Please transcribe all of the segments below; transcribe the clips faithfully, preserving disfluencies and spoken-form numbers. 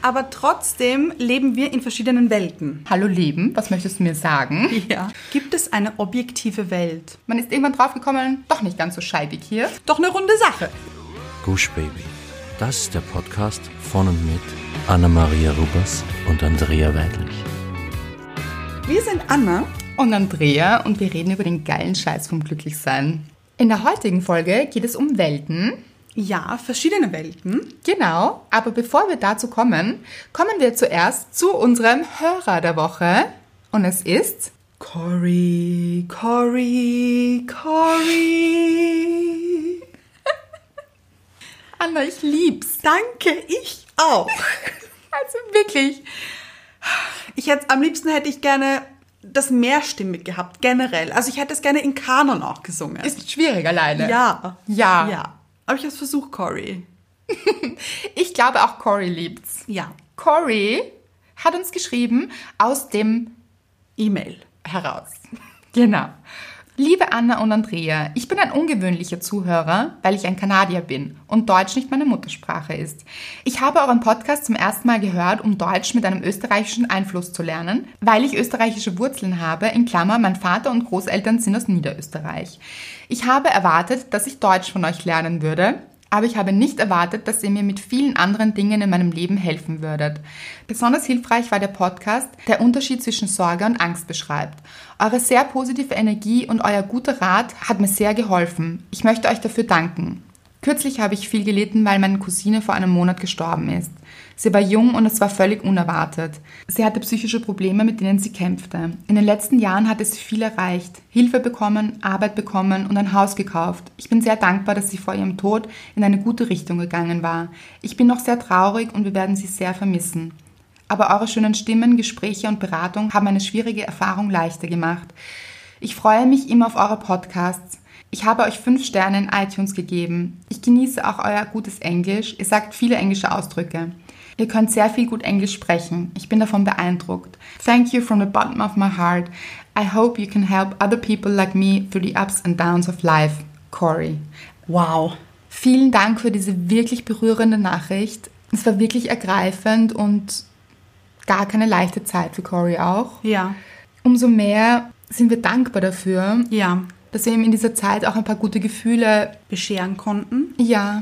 aber trotzdem leben wir in verschiedenen Welten. Hallo Leben, was möchtest du mir sagen? Ja. Gibt es eine objektive Welt? Man ist irgendwann draufgekommen, doch nicht ganz so scheibig hier. Doch eine runde Sache. Gush Baby, das ist der Podcast von und mit Anna-Maria Rubers und Andrea Weidlich. Wir sind Anna und Andrea und wir reden über den geilen Scheiß vom Glücklichsein. In der heutigen Folge geht es um Welten. Ja, verschiedene Welten. Genau, aber bevor wir dazu kommen, kommen wir zuerst zu unserem Hörer der Woche. Und es ist... Cory, Cory, Cory. Anna, ich lieb's. Danke, ich auch. Also wirklich. Ich hätte, am liebsten hätte ich gerne das mehrstimmig gehabt, generell. Also ich hätte es gerne in Kanon auch gesungen. Ist schwierig alleine. Ja. Ja. Ja. Aber ich habe es versucht, Cory. Ich glaube, auch Cory liebt's. Ja. Cory hat uns geschrieben aus dem E-Mail heraus. Genau. Liebe Anna und Andrea, ich bin ein ungewöhnlicher Zuhörer, weil ich ein Kanadier bin und Deutsch nicht meine Muttersprache ist. Ich habe euren Podcast zum ersten Mal gehört, um Deutsch mit einem österreichischen Einfluss zu lernen, weil ich österreichische Wurzeln habe, in Klammer, mein Vater und Großeltern sind aus Niederösterreich. Ich habe erwartet, dass ich Deutsch von euch lernen würde, aber ich habe nicht erwartet, dass ihr mir mit vielen anderen Dingen in meinem Leben helfen würdet. Besonders hilfreich war der Podcast, der Unterschied zwischen Sorge und Angst beschreibt. Eure sehr positive Energie und euer guter Rat hat mir sehr geholfen. Ich möchte euch dafür danken. Kürzlich habe ich viel gelitten, weil meine Cousine vor einem Monat gestorben ist. Sie war jung und es war völlig unerwartet. Sie hatte psychische Probleme, mit denen sie kämpfte. In den letzten Jahren hatte sie viel erreicht, Hilfe bekommen, Arbeit bekommen und ein Haus gekauft. Ich bin sehr dankbar, dass sie vor ihrem Tod in eine gute Richtung gegangen war. Ich bin noch sehr traurig und wir werden sie sehr vermissen. Aber eure schönen Stimmen, Gespräche und Beratung haben eine schwierige Erfahrung leichter gemacht. Ich freue mich immer auf eure Podcasts. Ich habe euch fünf Sterne in iTunes gegeben. Ich genieße auch euer gutes Englisch. Ihr sagt viele englische Ausdrücke. Ihr könnt sehr viel gut Englisch sprechen. Ich bin davon beeindruckt. Thank you from the bottom of my heart. I hope you can help other people like me through the ups and downs of life. Cory. Wow. Vielen Dank für diese wirklich berührende Nachricht. Es war wirklich ergreifend und gar keine leichte Zeit für Cory auch. Ja. Umso mehr sind wir dankbar dafür, ja, dass wir ihm in dieser Zeit auch ein paar gute Gefühle bescheren konnten. Ja.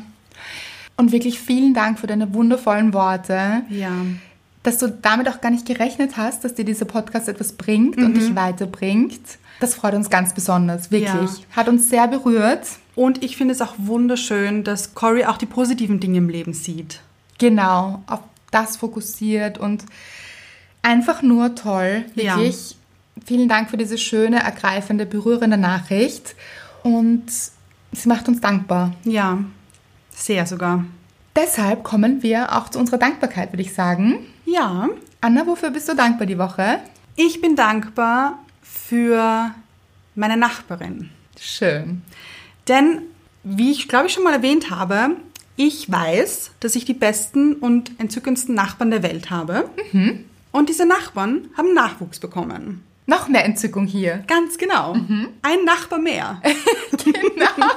Und wirklich vielen Dank für deine wundervollen Worte. Ja. Dass du damit auch gar nicht gerechnet hast, dass dir dieser Podcast etwas bringt mhm. und dich weiterbringt. Das freut uns ganz besonders, wirklich. Ja. Hat uns sehr berührt. Und ich finde es auch wunderschön, dass Cory auch die positiven Dinge im Leben sieht. Genau, auf das fokussiert und einfach nur toll, wirklich. Ja. Vielen Dank für diese schöne, ergreifende, berührende Nachricht. Und sie macht uns dankbar. Ja. Sehr sogar. Deshalb kommen wir auch zu unserer Dankbarkeit, würde ich sagen. Ja. Anna, wofür bist du dankbar die Woche? Ich bin dankbar für meine Nachbarin. Schön. Denn, wie ich glaube ich schon mal erwähnt habe, ich weiß, dass ich die besten und entzückendsten Nachbarn der Welt habe. Mhm. Und diese Nachbarn haben Nachwuchs bekommen. Noch mehr Entzückung hier. Ganz genau. Mhm. Ein Nachbar mehr. Genau.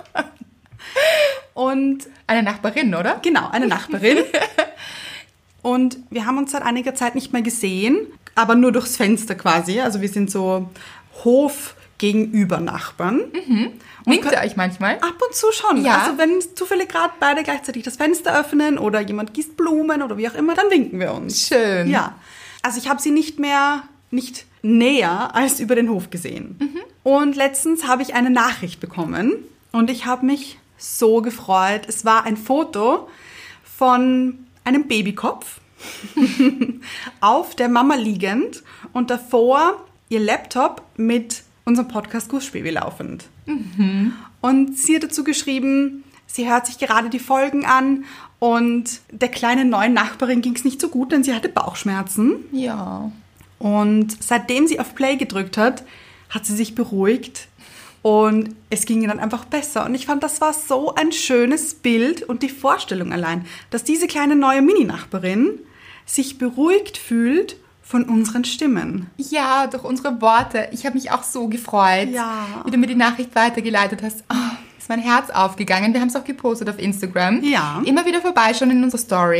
Und eine Nachbarin, oder? Genau, eine Nachbarin. Und wir haben uns seit einiger Zeit nicht mehr gesehen, aber nur durchs Fenster quasi. Also wir sind so Hof gegenüber Nachbarn. Mhm. Winkt ihr euch manchmal? Ab und zu schon. Ja. Also wenn zufällig gerade beide gleichzeitig das Fenster öffnen oder jemand gießt Blumen oder wie auch immer, dann winken wir uns. Schön. Ja. Also ich habe sie nicht mehr, nicht näher als über den Hof gesehen. Mhm. Und letztens habe ich eine Nachricht bekommen und ich habe mich so gefreut. Es war ein Foto von einem Babykopf auf der Mama liegend und davor ihr Laptop mit unserem Podcast Gush Baby laufend. Mhm. Und sie hat dazu geschrieben, sie hört sich gerade die Folgen an und der kleinen neuen Nachbarin ging es nicht so gut, denn sie hatte Bauchschmerzen. Ja. Und seitdem sie auf Play gedrückt hat, hat sie sich beruhigt. Und es ging ihr dann einfach besser. Und ich fand, das war so ein schönes Bild und die Vorstellung allein, dass diese kleine neue Mini-Nachbarin sich beruhigt fühlt von unseren Stimmen. Ja, durch unsere Worte. Ich habe mich auch so gefreut, ja. wie du mir die Nachricht weitergeleitet hast. Oh, ist mein Herz aufgegangen. Wir haben es auch gepostet auf Instagram. Ja. Immer wieder vorbeischauen in unsere Stories.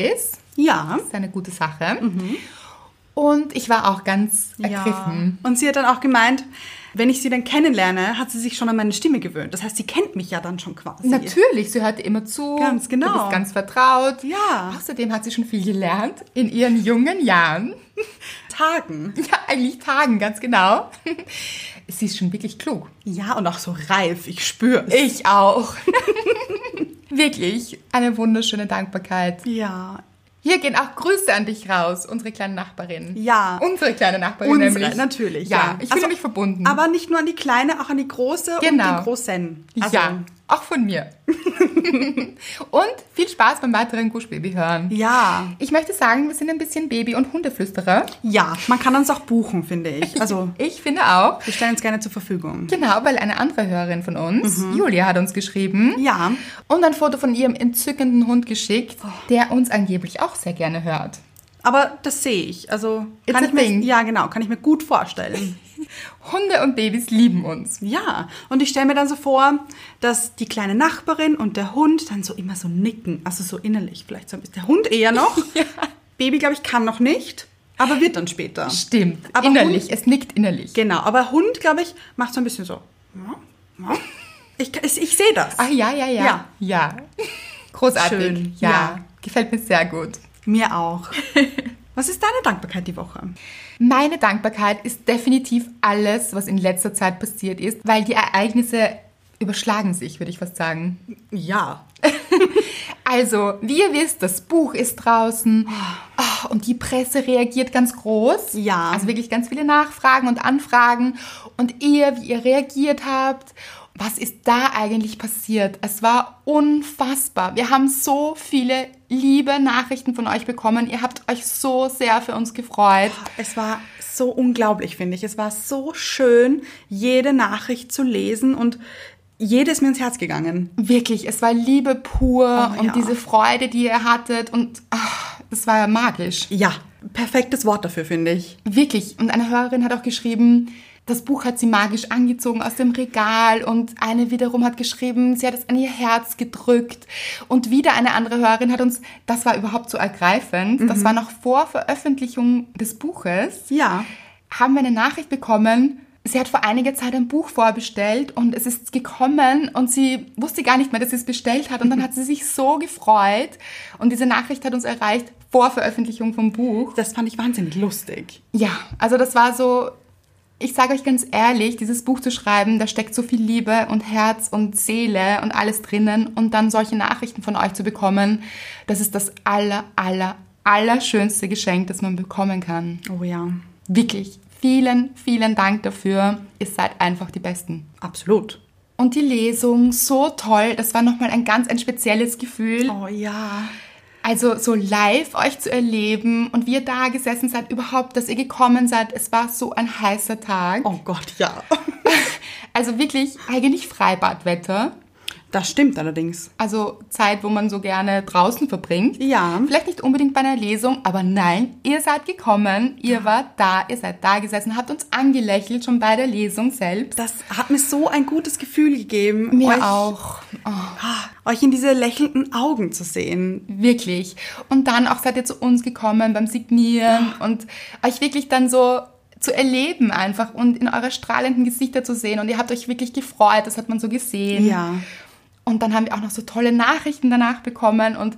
Ja. Das ist eine gute Sache. Mhm. Und ich war auch ganz ergriffen. Ja. Und sie hat dann auch gemeint, wenn ich sie dann kennenlerne, hat sie sich schon an meine Stimme gewöhnt. Das heißt, sie kennt mich ja dann schon quasi. Natürlich, sie hört dir immer zu. Ganz genau. Du bist ganz vertraut. Ja. Außerdem hat sie schon viel gelernt in ihren jungen Jahren. Tagen. Ja, eigentlich Tagen, ganz genau. Sie ist schon wirklich klug. Ja, und auch so reif, ich spüre es. Ich auch. Wirklich, eine wunderschöne Dankbarkeit. Ja. Hier gehen auch Grüße an dich raus, unsere kleine Nachbarin. Ja. Unsere kleine Nachbarin Unsere, nämlich. natürlich. Ja, Ja, ich fühle also, mich verbunden. Aber nicht nur an die Kleine, auch an die Große Genau. und den Großen. Also, ja, auch von mir. Und viel Spaß beim weiteren Guschbaby hören. Ja. Ich möchte sagen, wir sind ein bisschen Baby- und Hundeflüsterer. Ja, man kann uns auch buchen, finde ich. Also, Ich finde auch. wir stellen uns gerne zur Verfügung. Genau, weil eine andere Hörerin von uns, Julia, hat uns geschrieben. Ja. Und ein Foto von ihrem entzückenden Hund geschickt, der uns angeblich auch sehr gerne hört. Aber das sehe ich. Also, It's kann a ich mir, thing. ja, genau, kann ich mir gut vorstellen. Hunde und Babys lieben uns. Ja, und ich stelle mir dann so vor, dass die kleine Nachbarin und der Hund dann so immer so nicken, also so innerlich vielleicht so ein bisschen. Der Hund eher noch. Ja. Baby, glaube ich, kann noch nicht, aber wird dann später. Stimmt, Aber innerlich, Hund- es nickt innerlich. Genau, aber Hund, glaube ich, macht so ein bisschen so. Ja, ja. Ich, ich, ich sehe das. Ach ja, ja, ja. Ja. Ja. Großartig. Schön, Ja. ja. Gefällt mir sehr gut. Mir auch. Was ist deine Dankbarkeit die Woche? Meine Dankbarkeit ist definitiv alles, was in letzter Zeit passiert ist, weil die Ereignisse überschlagen sich, würde ich fast sagen. Ja. Also, wie ihr wisst, das Buch ist draußen oh, und die Presse reagiert ganz groß. Ja. Also wirklich ganz viele Nachfragen und Anfragen. Und ihr, wie ihr reagiert habt, was ist da eigentlich passiert? Es war unfassbar. Wir haben so viele liebe Nachrichten von euch bekommen. Ihr habt euch so sehr für uns gefreut. Es war so unglaublich, finde ich. Es war so schön, jede Nachricht zu lesen und jede ist mir ins Herz gegangen. Wirklich, es war Liebe pur Oh, und ja. diese Freude, die ihr hattet und ach, es war magisch. Ja, perfektes Wort dafür, finde ich. Wirklich. Und eine Hörerin hat auch geschrieben, das Buch hat sie magisch angezogen aus dem Regal und eine wiederum hat geschrieben, sie hat es an ihr Herz gedrückt. Und wieder eine andere Hörerin hat uns, das war überhaupt so ergreifend, das war noch vor Veröffentlichung des Buches, Ja. haben wir eine Nachricht bekommen, sie hat vor einiger Zeit ein Buch vorbestellt und es ist gekommen und sie wusste gar nicht mehr, dass sie es bestellt hat und dann hat sie sich so gefreut und diese Nachricht hat uns erreicht vor Veröffentlichung vom Buch. Das fand ich wahnsinnig lustig. Ja, also das war so, ich sage euch ganz ehrlich, dieses Buch zu schreiben, da steckt so viel Liebe und Herz und Seele und alles drinnen und dann solche Nachrichten von euch zu bekommen, das ist das aller, aller, allerschönste Geschenk, das man bekommen kann. Oh ja. Wirklich, vielen, vielen Dank dafür. Ihr seid einfach die Besten. Absolut. Und die Lesung, so toll, das war nochmal ein ganz ein spezielles Gefühl. Oh ja. Also so live euch zu erleben und wie ihr da gesessen seid, überhaupt, dass ihr gekommen seid. Es war so ein heißer Tag. Oh Gott, ja. Also wirklich eigentlich Freibadwetter. Das stimmt allerdings. Also Zeit, wo man so gerne draußen verbringt. Ja. Vielleicht nicht unbedingt bei einer Lesung, aber nein, ihr seid gekommen, ihr wart da, ihr seid da gesessen, habt uns angelächelt schon bei der Lesung selbst. Das hat mir so ein gutes Gefühl gegeben. Mir euch, auch. Oh. Euch in diese lächelnden Augen zu sehen. Wirklich. Und dann auch seid ihr zu uns gekommen beim Signieren und euch wirklich dann so zu erleben einfach und in eure strahlenden Gesichter zu sehen. Und ihr habt euch wirklich gefreut, das hat man so gesehen. Ja. Und dann haben wir auch noch so tolle Nachrichten danach bekommen. Und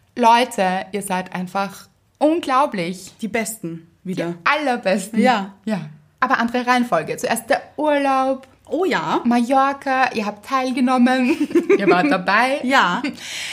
Leute, ihr seid einfach unglaublich. Die Besten wieder. Allerbesten. Ja. Ja. Aber andere Reihenfolge. Zuerst der Urlaub, Oh ja. Mallorca, ihr habt teilgenommen, ihr wart dabei. Ja.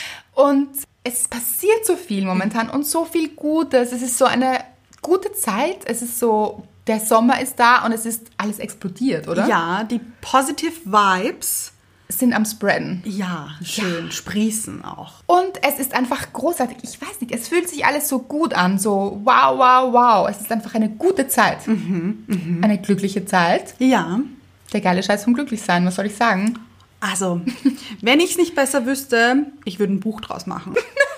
Und es passiert so viel momentan und so viel Gutes. Es ist so eine gute Zeit. Es ist so, der Sommer ist da und es ist alles explodiert, oder? Ja, die Positive Vibes. Sind am Spreaden. Ja, schön. Sprießen auch. Und es ist einfach großartig. Ich weiß nicht, es fühlt sich alles so gut an. So wow, wow, wow. Es ist einfach eine gute Zeit. Mhm, mh. Eine glückliche Zeit. Ja. Der geile Scheiß vom Glücklichsein, was soll ich sagen? Also, wenn ich es nicht besser wüsste, ich würde ein Buch draus machen.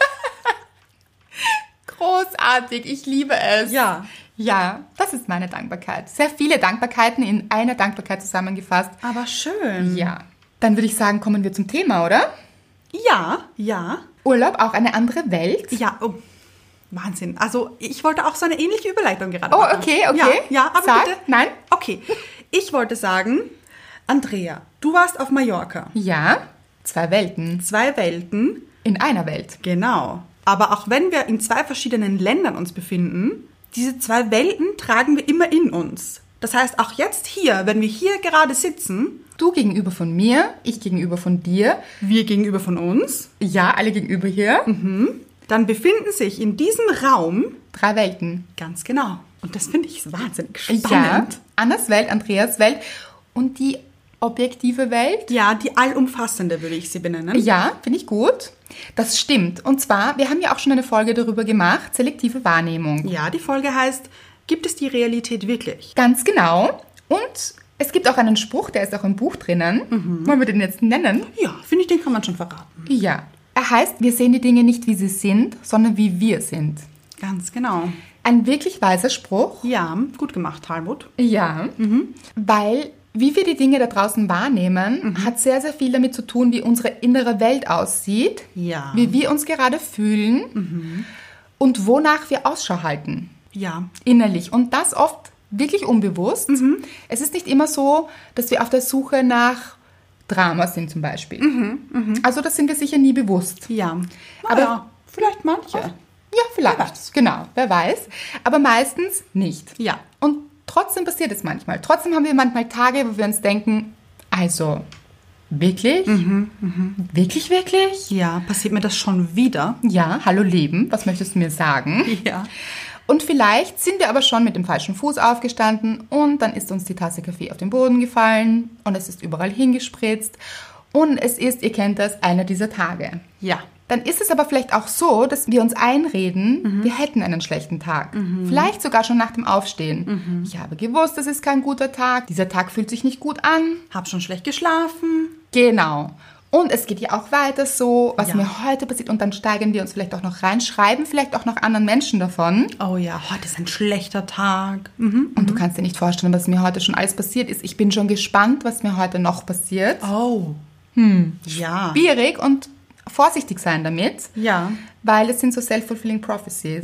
Großartig, ich liebe es. Ja. Ja, das ist meine Dankbarkeit. Sehr viele Dankbarkeiten in einer Dankbarkeit zusammengefasst. Aber schön. Ja. Dann würde ich sagen, kommen wir zum Thema, oder? Ja, ja. Urlaub, auch eine andere Welt. Ja, oh. Wahnsinn. Also ich wollte auch so eine ähnliche Überleitung gerade Oh, machen. okay, okay. Ja, ja aber Sag. bitte. Nein. Okay. Ich wollte sagen, Andrea, du warst auf Mallorca. Ja, zwei Welten. Zwei Welten. In einer Welt. Genau. Aber auch wenn wir in zwei verschiedenen Ländern uns befinden, diese zwei Welten tragen wir immer in uns. Das heißt, auch jetzt hier, wenn wir hier gerade sitzen, Du gegenüber von mir, ich gegenüber von dir, wir gegenüber von uns, ja, alle gegenüber hier. dann befinden sich in diesem Raum, Drei Welten. ganz genau, und das finde ich wahnsinnig Ja, spannend. Annas Welt, Andreas Welt und die objektive Welt. Ja, die allumfassende würde ich sie benennen. Ja, finde ich gut. Das stimmt. Und zwar, wir haben ja auch schon eine Folge darüber gemacht, selektive Wahrnehmung. Ja, die Folge heißt, gibt es die Realität wirklich? Ganz genau. Und es gibt auch einen Spruch, der ist auch im Buch drinnen. Wollen wir den jetzt nennen? Ja, finde ich, den kann man schon verraten. Ja. Er heißt, wir sehen die Dinge nicht, wie sie sind, sondern wie wir sind. Ganz genau. Ein wirklich weiser Spruch. Ja, gut gemacht, Talbot. Ja, weil wie wir die Dinge da draußen wahrnehmen, hat sehr, sehr viel damit zu tun, wie unsere innere Welt aussieht, Ja. wie wir uns gerade fühlen und wonach wir Ausschau halten, Ja, innerlich. Und das oft wirklich unbewusst. Es ist nicht immer so, dass wir auf der Suche nach Drama sind zum Beispiel. Also das sind wir sicher nie bewusst. ja. Aber- Aber ja, vielleicht manche. Ja, vielleicht. Genau, wer weiß. Aber meistens nicht. Ja. Und trotzdem passiert es manchmal. Trotzdem haben wir manchmal Tage, wo wir uns denken, also, wirklich? Wirklich, wirklich? Ja, passiert mir das schon wieder? Ja, hallo Leben, was möchtest du mir sagen? Ja. Und vielleicht sind wir aber schon mit dem falschen Fuß aufgestanden und dann ist uns die Tasse Kaffee auf den Boden gefallen und es ist überall hingespritzt und es ist, ihr kennt das, einer dieser Tage. Ja. Dann ist es aber vielleicht auch so, dass wir uns einreden, wir hätten einen schlechten Tag. Vielleicht sogar schon nach dem Aufstehen. Ich habe gewusst, das ist kein guter Tag. Dieser Tag fühlt sich nicht gut an. Hab schon schlecht geschlafen. Genau. Und es geht ja auch weiter so, was Ja. mir heute passiert. Und dann steigern wir uns vielleicht auch noch rein, schreiben vielleicht auch noch anderen Menschen davon. Oh ja, heute ist ein schlechter Tag. Mhm. Und du kannst dir nicht vorstellen, was mir heute schon alles passiert ist. Ich bin schon gespannt, was mir heute noch passiert. Oh. Hm. Ja. Schwierig und vorsichtig sein damit. Ja. Weil es sind so self-fulfilling prophecies.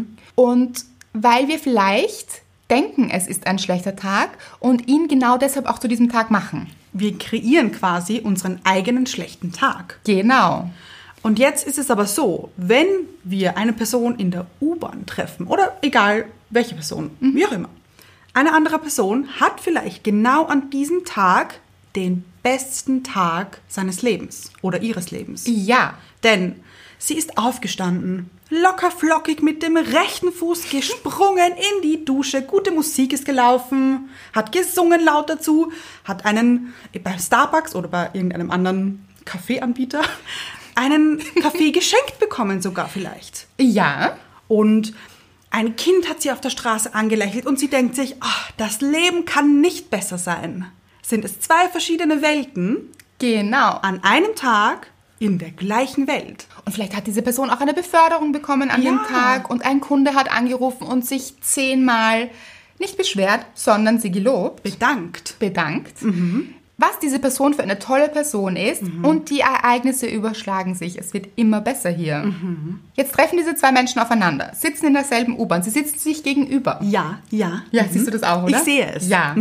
Und weil wir vielleicht denken, es ist ein schlechter Tag und ihn genau deshalb auch zu diesem Tag machen. Wir kreieren quasi unseren eigenen schlechten Tag. Genau. Und jetzt ist es aber so, wenn wir eine Person in der U-Bahn treffen, oder egal welche Person, wie auch immer, eine andere Person hat vielleicht genau an diesem Tag den besten Tag seines Lebens oder ihres Lebens. Ja. Denn sie ist aufgestanden, locker flockig mit dem rechten Fuß gesprungen in die Dusche, gute Musik ist gelaufen, hat gesungen laut dazu, hat einen bei Starbucks oder bei irgendeinem anderen Kaffeeanbieter einen Kaffee geschenkt bekommen sogar vielleicht. Ja. Und ein Kind hat sie auf der Straße angelächelt und sie denkt sich, ach, das Leben kann nicht besser sein. Sind es zwei verschiedene Welten Genau. an einem Tag in der gleichen Welt. Und vielleicht hat diese Person auch eine Beförderung bekommen an Ja. dem Tag und ein Kunde hat angerufen und sich zehnmal nicht beschwert, sondern sie gelobt, Bedankt. bedankt, was diese Person für eine tolle Person ist und die Ereignisse überschlagen sich. Es wird immer besser hier. Jetzt treffen diese zwei Menschen aufeinander, sitzen in derselben U-Bahn, sie sitzen sich gegenüber. Ja, ja. Ja, siehst du das auch, oder? Ich sehe es. Ja.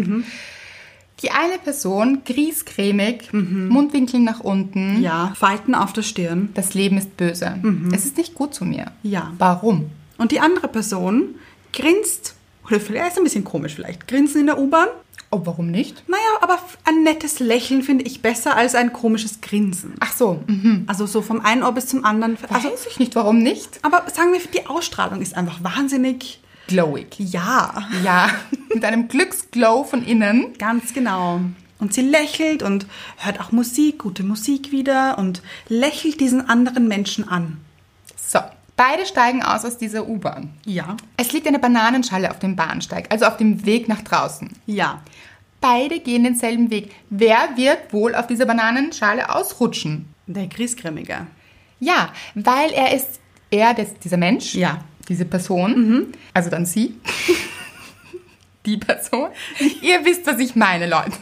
Die eine Person, griescremig, Mundwinkel nach unten. Ja, Falten auf der Stirn. Das Leben ist böse. Es ist nicht gut zu mir. Ja. Warum? Und die andere Person grinst, oder vielleicht ist ein bisschen komisch vielleicht, grinsen in der U-Bahn. Oh, warum nicht? Naja, aber ein nettes Lächeln finde ich besser als ein komisches Grinsen. Ach so, mhm. Also so vom einen Ohr bis zum anderen. Also, Weiß ich nicht, warum nicht? aber sagen wir, die Ausstrahlung ist einfach wahnsinnig, Glowig. ja, Ja, mit einem Glücksglow von innen. ganz genau. Und sie lächelt und hört auch Musik, gute Musik wieder und lächelt diesen anderen Menschen an. So, beide steigen aus aus dieser U-Bahn. Ja, Es liegt eine Bananenschale auf dem Bahnsteig, also auf dem Weg nach draußen. ja. Beide gehen denselben Weg. Wer wird wohl auf dieser Bananenschale ausrutschen? Der Griesgrämige. Ja, weil er ist, er, das, dieser Mensch, Ja. diese Person, also dann sie, die Person. Ihr wisst, was ich meine, Leute.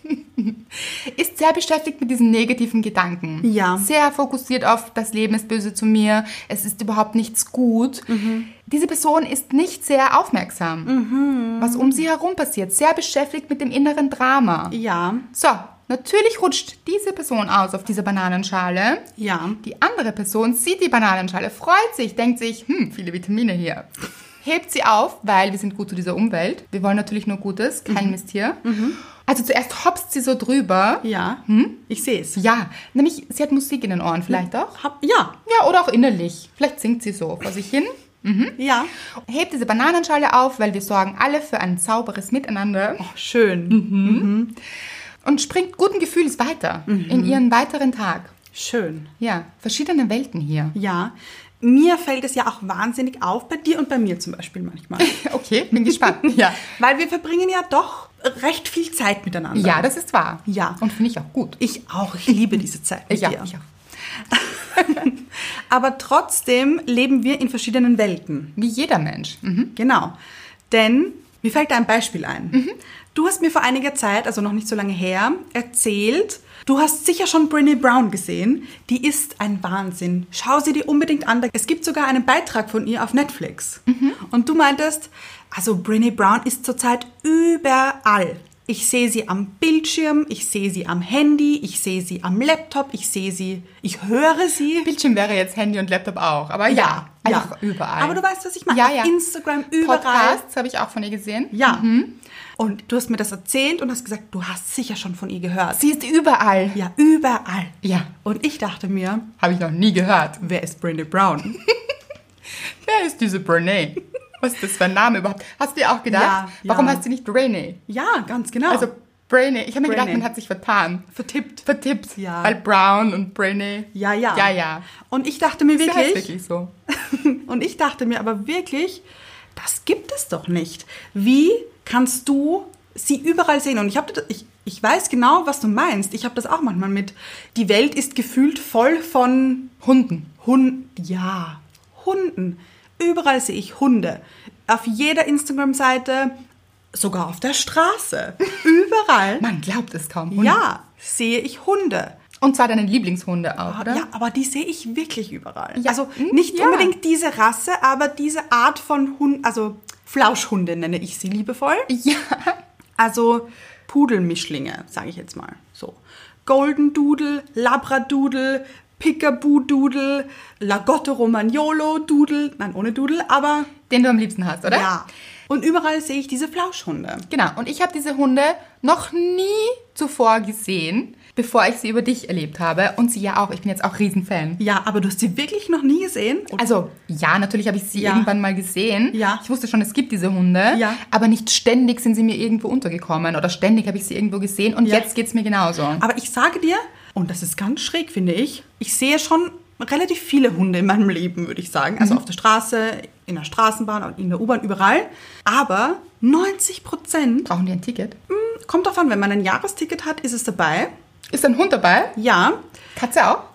ist sehr beschäftigt mit diesen negativen Gedanken. Ja. Sehr fokussiert auf, das Leben ist böse zu mir, es ist überhaupt nichts gut. Mhm. Diese Person ist nicht sehr aufmerksam, mhm. was um sie herum passiert. Sehr beschäftigt mit dem inneren Drama. Ja. So, natürlich rutscht diese Person aus auf dieser Bananenschale. Ja. Die andere Person sieht die Bananenschale, freut sich, denkt sich, hm, viele Vitamine hier. Hebt sie auf, weil wir sind gut zu dieser Umwelt. Wir wollen natürlich nur Gutes, kein mhm. Mist hier. Mhm. Also zuerst hopst sie so drüber. Ja, hm? ich sehe es. Ja, nämlich sie hat Musik in den Ohren vielleicht auch. Hab, ja. Ja, oder auch innerlich. Vielleicht singt sie so vor sich hin. Mhm. Ja. Hebt diese Bananenschale auf, weil wir sorgen alle für ein sauberes Miteinander. Oh, schön. Mhm. Mhm. Und springt guten Gefühls weiter mhm. in ihren weiteren Tag. Schön. Ja, verschiedene Welten hier. Ja, mir fällt es ja auch wahnsinnig auf, bei dir und bei mir zum Beispiel manchmal. Okay, bin gespannt. Ja. Weil wir verbringen ja doch recht viel Zeit miteinander. Ja, das ist wahr. Ja. Und finde ich auch gut. Ich auch, ich liebe diese Zeit mit ich dir. Auch, ich auch. Aber trotzdem leben wir in verschiedenen Welten. Wie jeder Mensch. Mhm. Genau. Denn, mir fällt da ein Beispiel ein. Mhm. Du hast mir vor einiger Zeit, also noch nicht so lange her, erzählt, du hast sicher schon Brené Brown gesehen. Die ist ein Wahnsinn. Schau sie dir unbedingt an. Es gibt sogar einen Beitrag von ihr auf Netflix. Mhm. Und du meintest, also Brené Brown ist zurzeit überall. Ich sehe sie am Bildschirm, ich sehe sie am Handy, ich sehe sie am Laptop, ich sehe sie, ich höre sie. Bildschirm wäre jetzt Handy und Laptop auch, aber ja, ja, ja. überall. Aber du weißt, was ich meine. Ja, auf ja. Instagram, überall. Podcasts habe ich auch von ihr gesehen. Ja. Mhm. Und du hast mir das erzählt und hast gesagt, du hast sicher schon von ihr gehört. Sie ist überall. Ja, überall. Ja. Und ich dachte mir, habe ich noch nie gehört. Wer ist Brené Brown? Wer ist diese Brené? Was ist das für ein Name überhaupt? Hast du dir auch gedacht? Ja, Warum ja. heißt sie nicht Brené? Ja, ganz genau. Also Brené. Ich habe mir Brené. gedacht, man hat sich vertan. Vertippt. Vertippt. Ja. Weil Brown und Brené. Ja, ja. Ja, ja. Und ich dachte mir Sie wirklich... heißt wirklich so. Und ich dachte mir aber wirklich, das gibt es doch nicht. Wie kannst du sie überall sehen? Und ich, hab, ich, ich weiß genau, was du meinst. Ich habe das auch manchmal mit. Die Welt ist gefühlt voll von Hunden. Hunden. Ja, Hunden. Überall sehe ich Hunde. Auf jeder Instagram-Seite, sogar auf der Straße. Überall. Man glaubt es kaum. Hunde. Ja, sehe ich Hunde. Und zwar deine Lieblingshunde auch, oder? Ja, aber die sehe ich wirklich überall. Ja. Also nicht ja. unbedingt diese Rasse, aber diese Art von Hund, also Flauschhunde nenne ich sie liebevoll. Ja. Also Pudelmischlinge, sage ich jetzt mal so. Golden Doodle, Labradoodle, Pickaboo Doodle, Lagotto Romagnolo Doodle, nein, ohne Doodle, aber... Den du am liebsten hast, oder? Ja. Und überall sehe ich diese Flauschhunde. Genau, und ich habe diese Hunde noch nie zuvor gesehen, bevor ich sie über dich erlebt habe. Und sie ja auch, ich bin jetzt auch Riesenfan. Ja, aber du hast sie wirklich noch nie gesehen? Also, ja, natürlich habe ich sie Ja. irgendwann mal gesehen. Ja. Ich wusste schon, es gibt diese Hunde. Ja. Aber nicht ständig sind sie mir irgendwo untergekommen oder ständig habe ich sie irgendwo gesehen. Und Ja. jetzt geht es mir genauso. Aber ich sage dir, und das ist ganz schräg, finde ich, ich sehe schon relativ viele Hunde in meinem Leben, würde ich sagen. Also Mhm. auf der Straße, in der Straßenbahn, in der U-Bahn, überall. Aber neunzig Prozent, Brauchen die ein Ticket? kommt davon, wenn man ein Jahresticket hat, ist es dabei. Ist ein Hund dabei? Ja, Katze auch?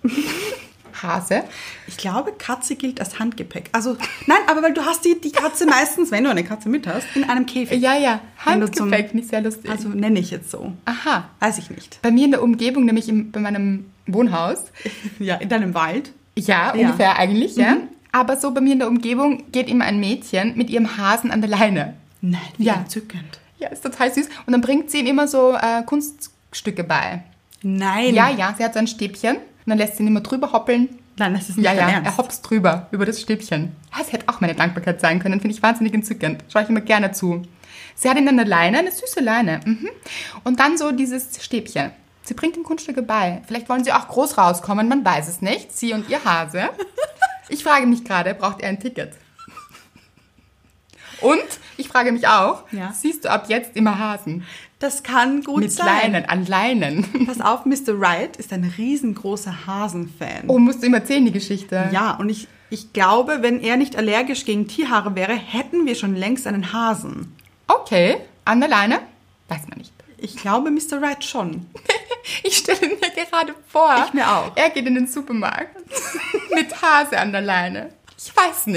Hase? ich glaube, Katze gilt als Handgepäck. Also, nein, aber weil du hast die, die Katze meistens, wenn du eine Katze mit hast, in einem Käfig. Ja, ja. Wenn du zum- Handgepäck, nicht sehr lustig. Also nenne ich jetzt so. Aha. Weiß ich nicht. Bei mir in der Umgebung, nämlich im, bei meinem Wohnhaus, Ja, in deinem Wald. ja, Ja. ungefähr eigentlich, ja. Mhm. Aber so bei mir in der Umgebung geht immer ein Mädchen mit ihrem Hasen an der Leine. Nein, wie Ja. entzückend. Ja, ist total süß. Und dann bringt sie ihm immer so äh, Kunststücke bei. Nein. Ja, ja, sie hat so ein Stäbchen und dann lässt sie ihn immer drüber hoppeln. Nein, das ist nicht Ja, dein ja, Ernst. er hoppst drüber über das Stäbchen. Das hätte auch meine Dankbarkeit sein können, finde ich wahnsinnig entzückend. Schaue ich immer gerne zu. Sie hat ihm dann eine Leine, eine süße Leine. Mhm. Und dann so dieses Stäbchen. Sie bringt ihm Kunststücke bei. Vielleicht wollen sie auch groß rauskommen, man weiß es nicht. Sie und ihr Hase. Ich frage mich gerade, braucht er ein Ticket? Und ich frage mich auch, Ja. siehst du ab jetzt immer Hasen? Das kann gut Mit sein. Leinen, an Leinen. Pass auf, Mister Wright ist ein riesengroßer Hasenfan. Oh, musst du ihm erzählen, die Geschichte? Ja, und ich, ich glaube, wenn er nicht allergisch gegen Tierhaare wäre, hätten wir schon längst einen Hasen. Okay, an der Leine? Weiß man nicht. Ich glaube, Mister Wright schon. Ich stelle mir gerade vor, Ich mir auch. er geht in den Supermarkt mit Hase an der Leine. Ich weiß nicht.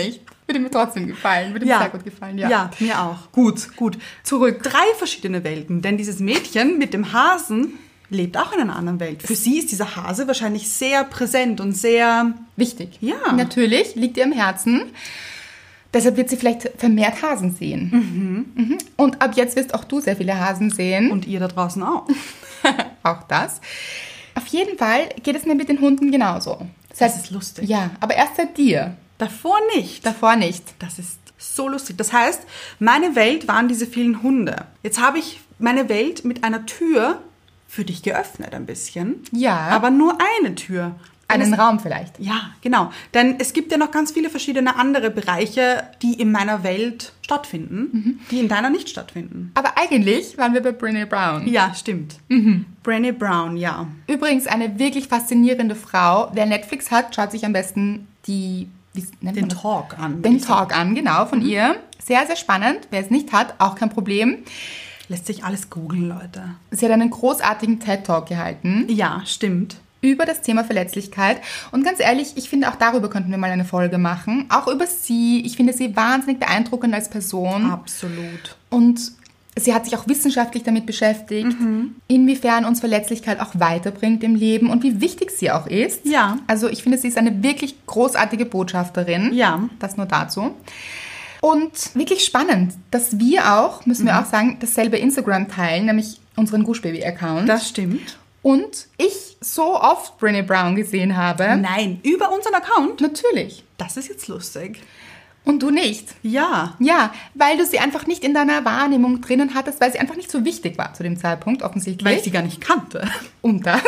Würde mir trotzdem gefallen. Würde mir Ja. sehr gut gefallen, ja. Ja, mir auch. Gut, gut. Zurück. Drei verschiedene Welten, denn dieses Mädchen mit dem Hasen lebt auch in einer anderen Welt. Für sie ist dieser Hase wahrscheinlich sehr präsent und sehr... Wichtig. Ja. Natürlich, liegt ihr im Herzen. Deshalb wird sie vielleicht vermehrt Hasen sehen. Mhm. Mhm. Und ab jetzt wirst auch du sehr viele Hasen sehen. Und ihr da draußen auch. Auch das. Auf jeden Fall geht es mir mit den Hunden genauso. Das ist lustig. Ja, aber erst seit dir. Davor nicht. Davor nicht. Das ist so lustig. Das heißt, meine Welt waren diese vielen Hunde. Jetzt habe ich meine Welt mit einer Tür für dich geöffnet ein bisschen. Ja. Aber nur eine Tür. Denn Einen es, Raum vielleicht. Ja, genau. Denn es gibt ja noch ganz viele verschiedene andere Bereiche, die in meiner Welt stattfinden, mhm. die in deiner nicht stattfinden. Aber eigentlich waren wir bei Brené Brown. Ja, stimmt. Mhm. Brené Brown, ja. Übrigens eine wirklich faszinierende Frau. Wer Netflix hat, schaut sich am besten die... Wie nennt Den man das? Talk an. Den Talk an, genau, von mhm. ihr. Sehr, sehr spannend. Wer es nicht hat, auch kein Problem. Lässt sich alles googeln, Leute. Sie hat einen großartigen TED-Talk gehalten. Ja, stimmt. Über das Thema Verletzlichkeit. Und ganz ehrlich, ich finde, auch darüber könnten wir mal eine Folge machen. Auch über sie. Ich finde sie wahnsinnig beeindruckend als Person. Absolut. Und sie hat sich auch wissenschaftlich damit beschäftigt, mhm. inwiefern uns Verletzlichkeit auch weiterbringt im Leben und wie wichtig sie auch ist. Ja. Also ich finde, sie ist eine wirklich großartige Botschafterin. Ja. Das nur dazu. Und wirklich spannend, dass wir auch, müssen wir mhm. auch sagen, dasselbe Instagram teilen, nämlich unseren Gushbaby-Account. Das stimmt. Und ich so oft Brené Brown gesehen habe. Nein, über unseren Account? Natürlich. Das ist jetzt lustig. Und du nicht. Ja. Ja, weil du sie einfach nicht in deiner Wahrnehmung drinnen hattest, weil sie einfach nicht so wichtig war zu dem Zeitpunkt, offensichtlich. Weil ich sie gar nicht kannte. Und das.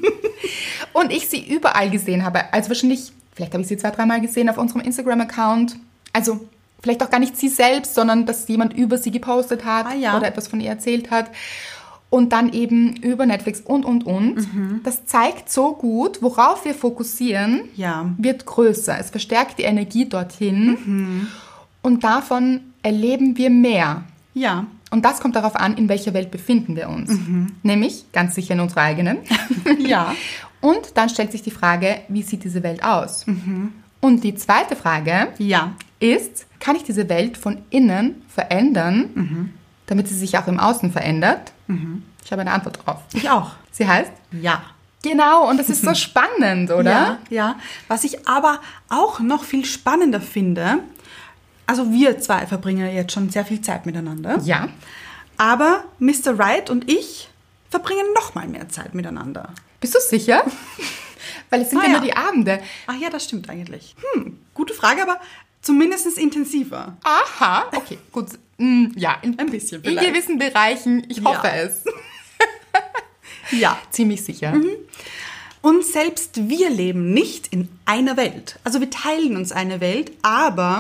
Und ich sie überall gesehen habe. Also wahrscheinlich, vielleicht habe ich sie zwei, dreimal gesehen auf unserem Instagram-Account. Also vielleicht auch gar nicht sie selbst, sondern dass jemand über sie gepostet hat ah, ja. oder etwas von ihr erzählt hat. Und dann eben über Netflix und, und, und. Mhm. Das zeigt so gut, worauf wir fokussieren, ja. wird größer. Es verstärkt die Energie dorthin. Mhm. Und davon erleben wir mehr. Ja. Und das kommt darauf an, in welcher Welt befinden wir uns. Mhm. Nämlich ganz sicher in unserer eigenen. Ja. Und dann stellt sich die Frage, wie sieht diese Welt aus? Mhm. Und die zweite Frage ja. ist, kann ich diese Welt von innen verändern, mhm. damit sie sich auch im Außen verändert? Mhm. Ich habe eine Antwort drauf. Ich auch. Sie heißt? Ja. Genau, und das ist so spannend, oder? Ja, ja. Was ich aber auch noch viel spannender finde, also wir zwei verbringen jetzt schon sehr viel Zeit miteinander. Ja. Aber Mister Right und ich verbringen noch mal mehr Zeit miteinander. Bist du sicher? Weil es sind ah, ja ja nur die Abende. Ach ja, das stimmt eigentlich. Hm, gute Frage, aber zumindest intensiver. Aha, okay, gut. Ja, in, ein bisschen vielleicht. In gewissen Bereichen, ich hoffe ja. es. Ja. Ziemlich sicher. Mhm. Und selbst wir leben nicht in einer Welt. Also wir teilen uns eine Welt, aber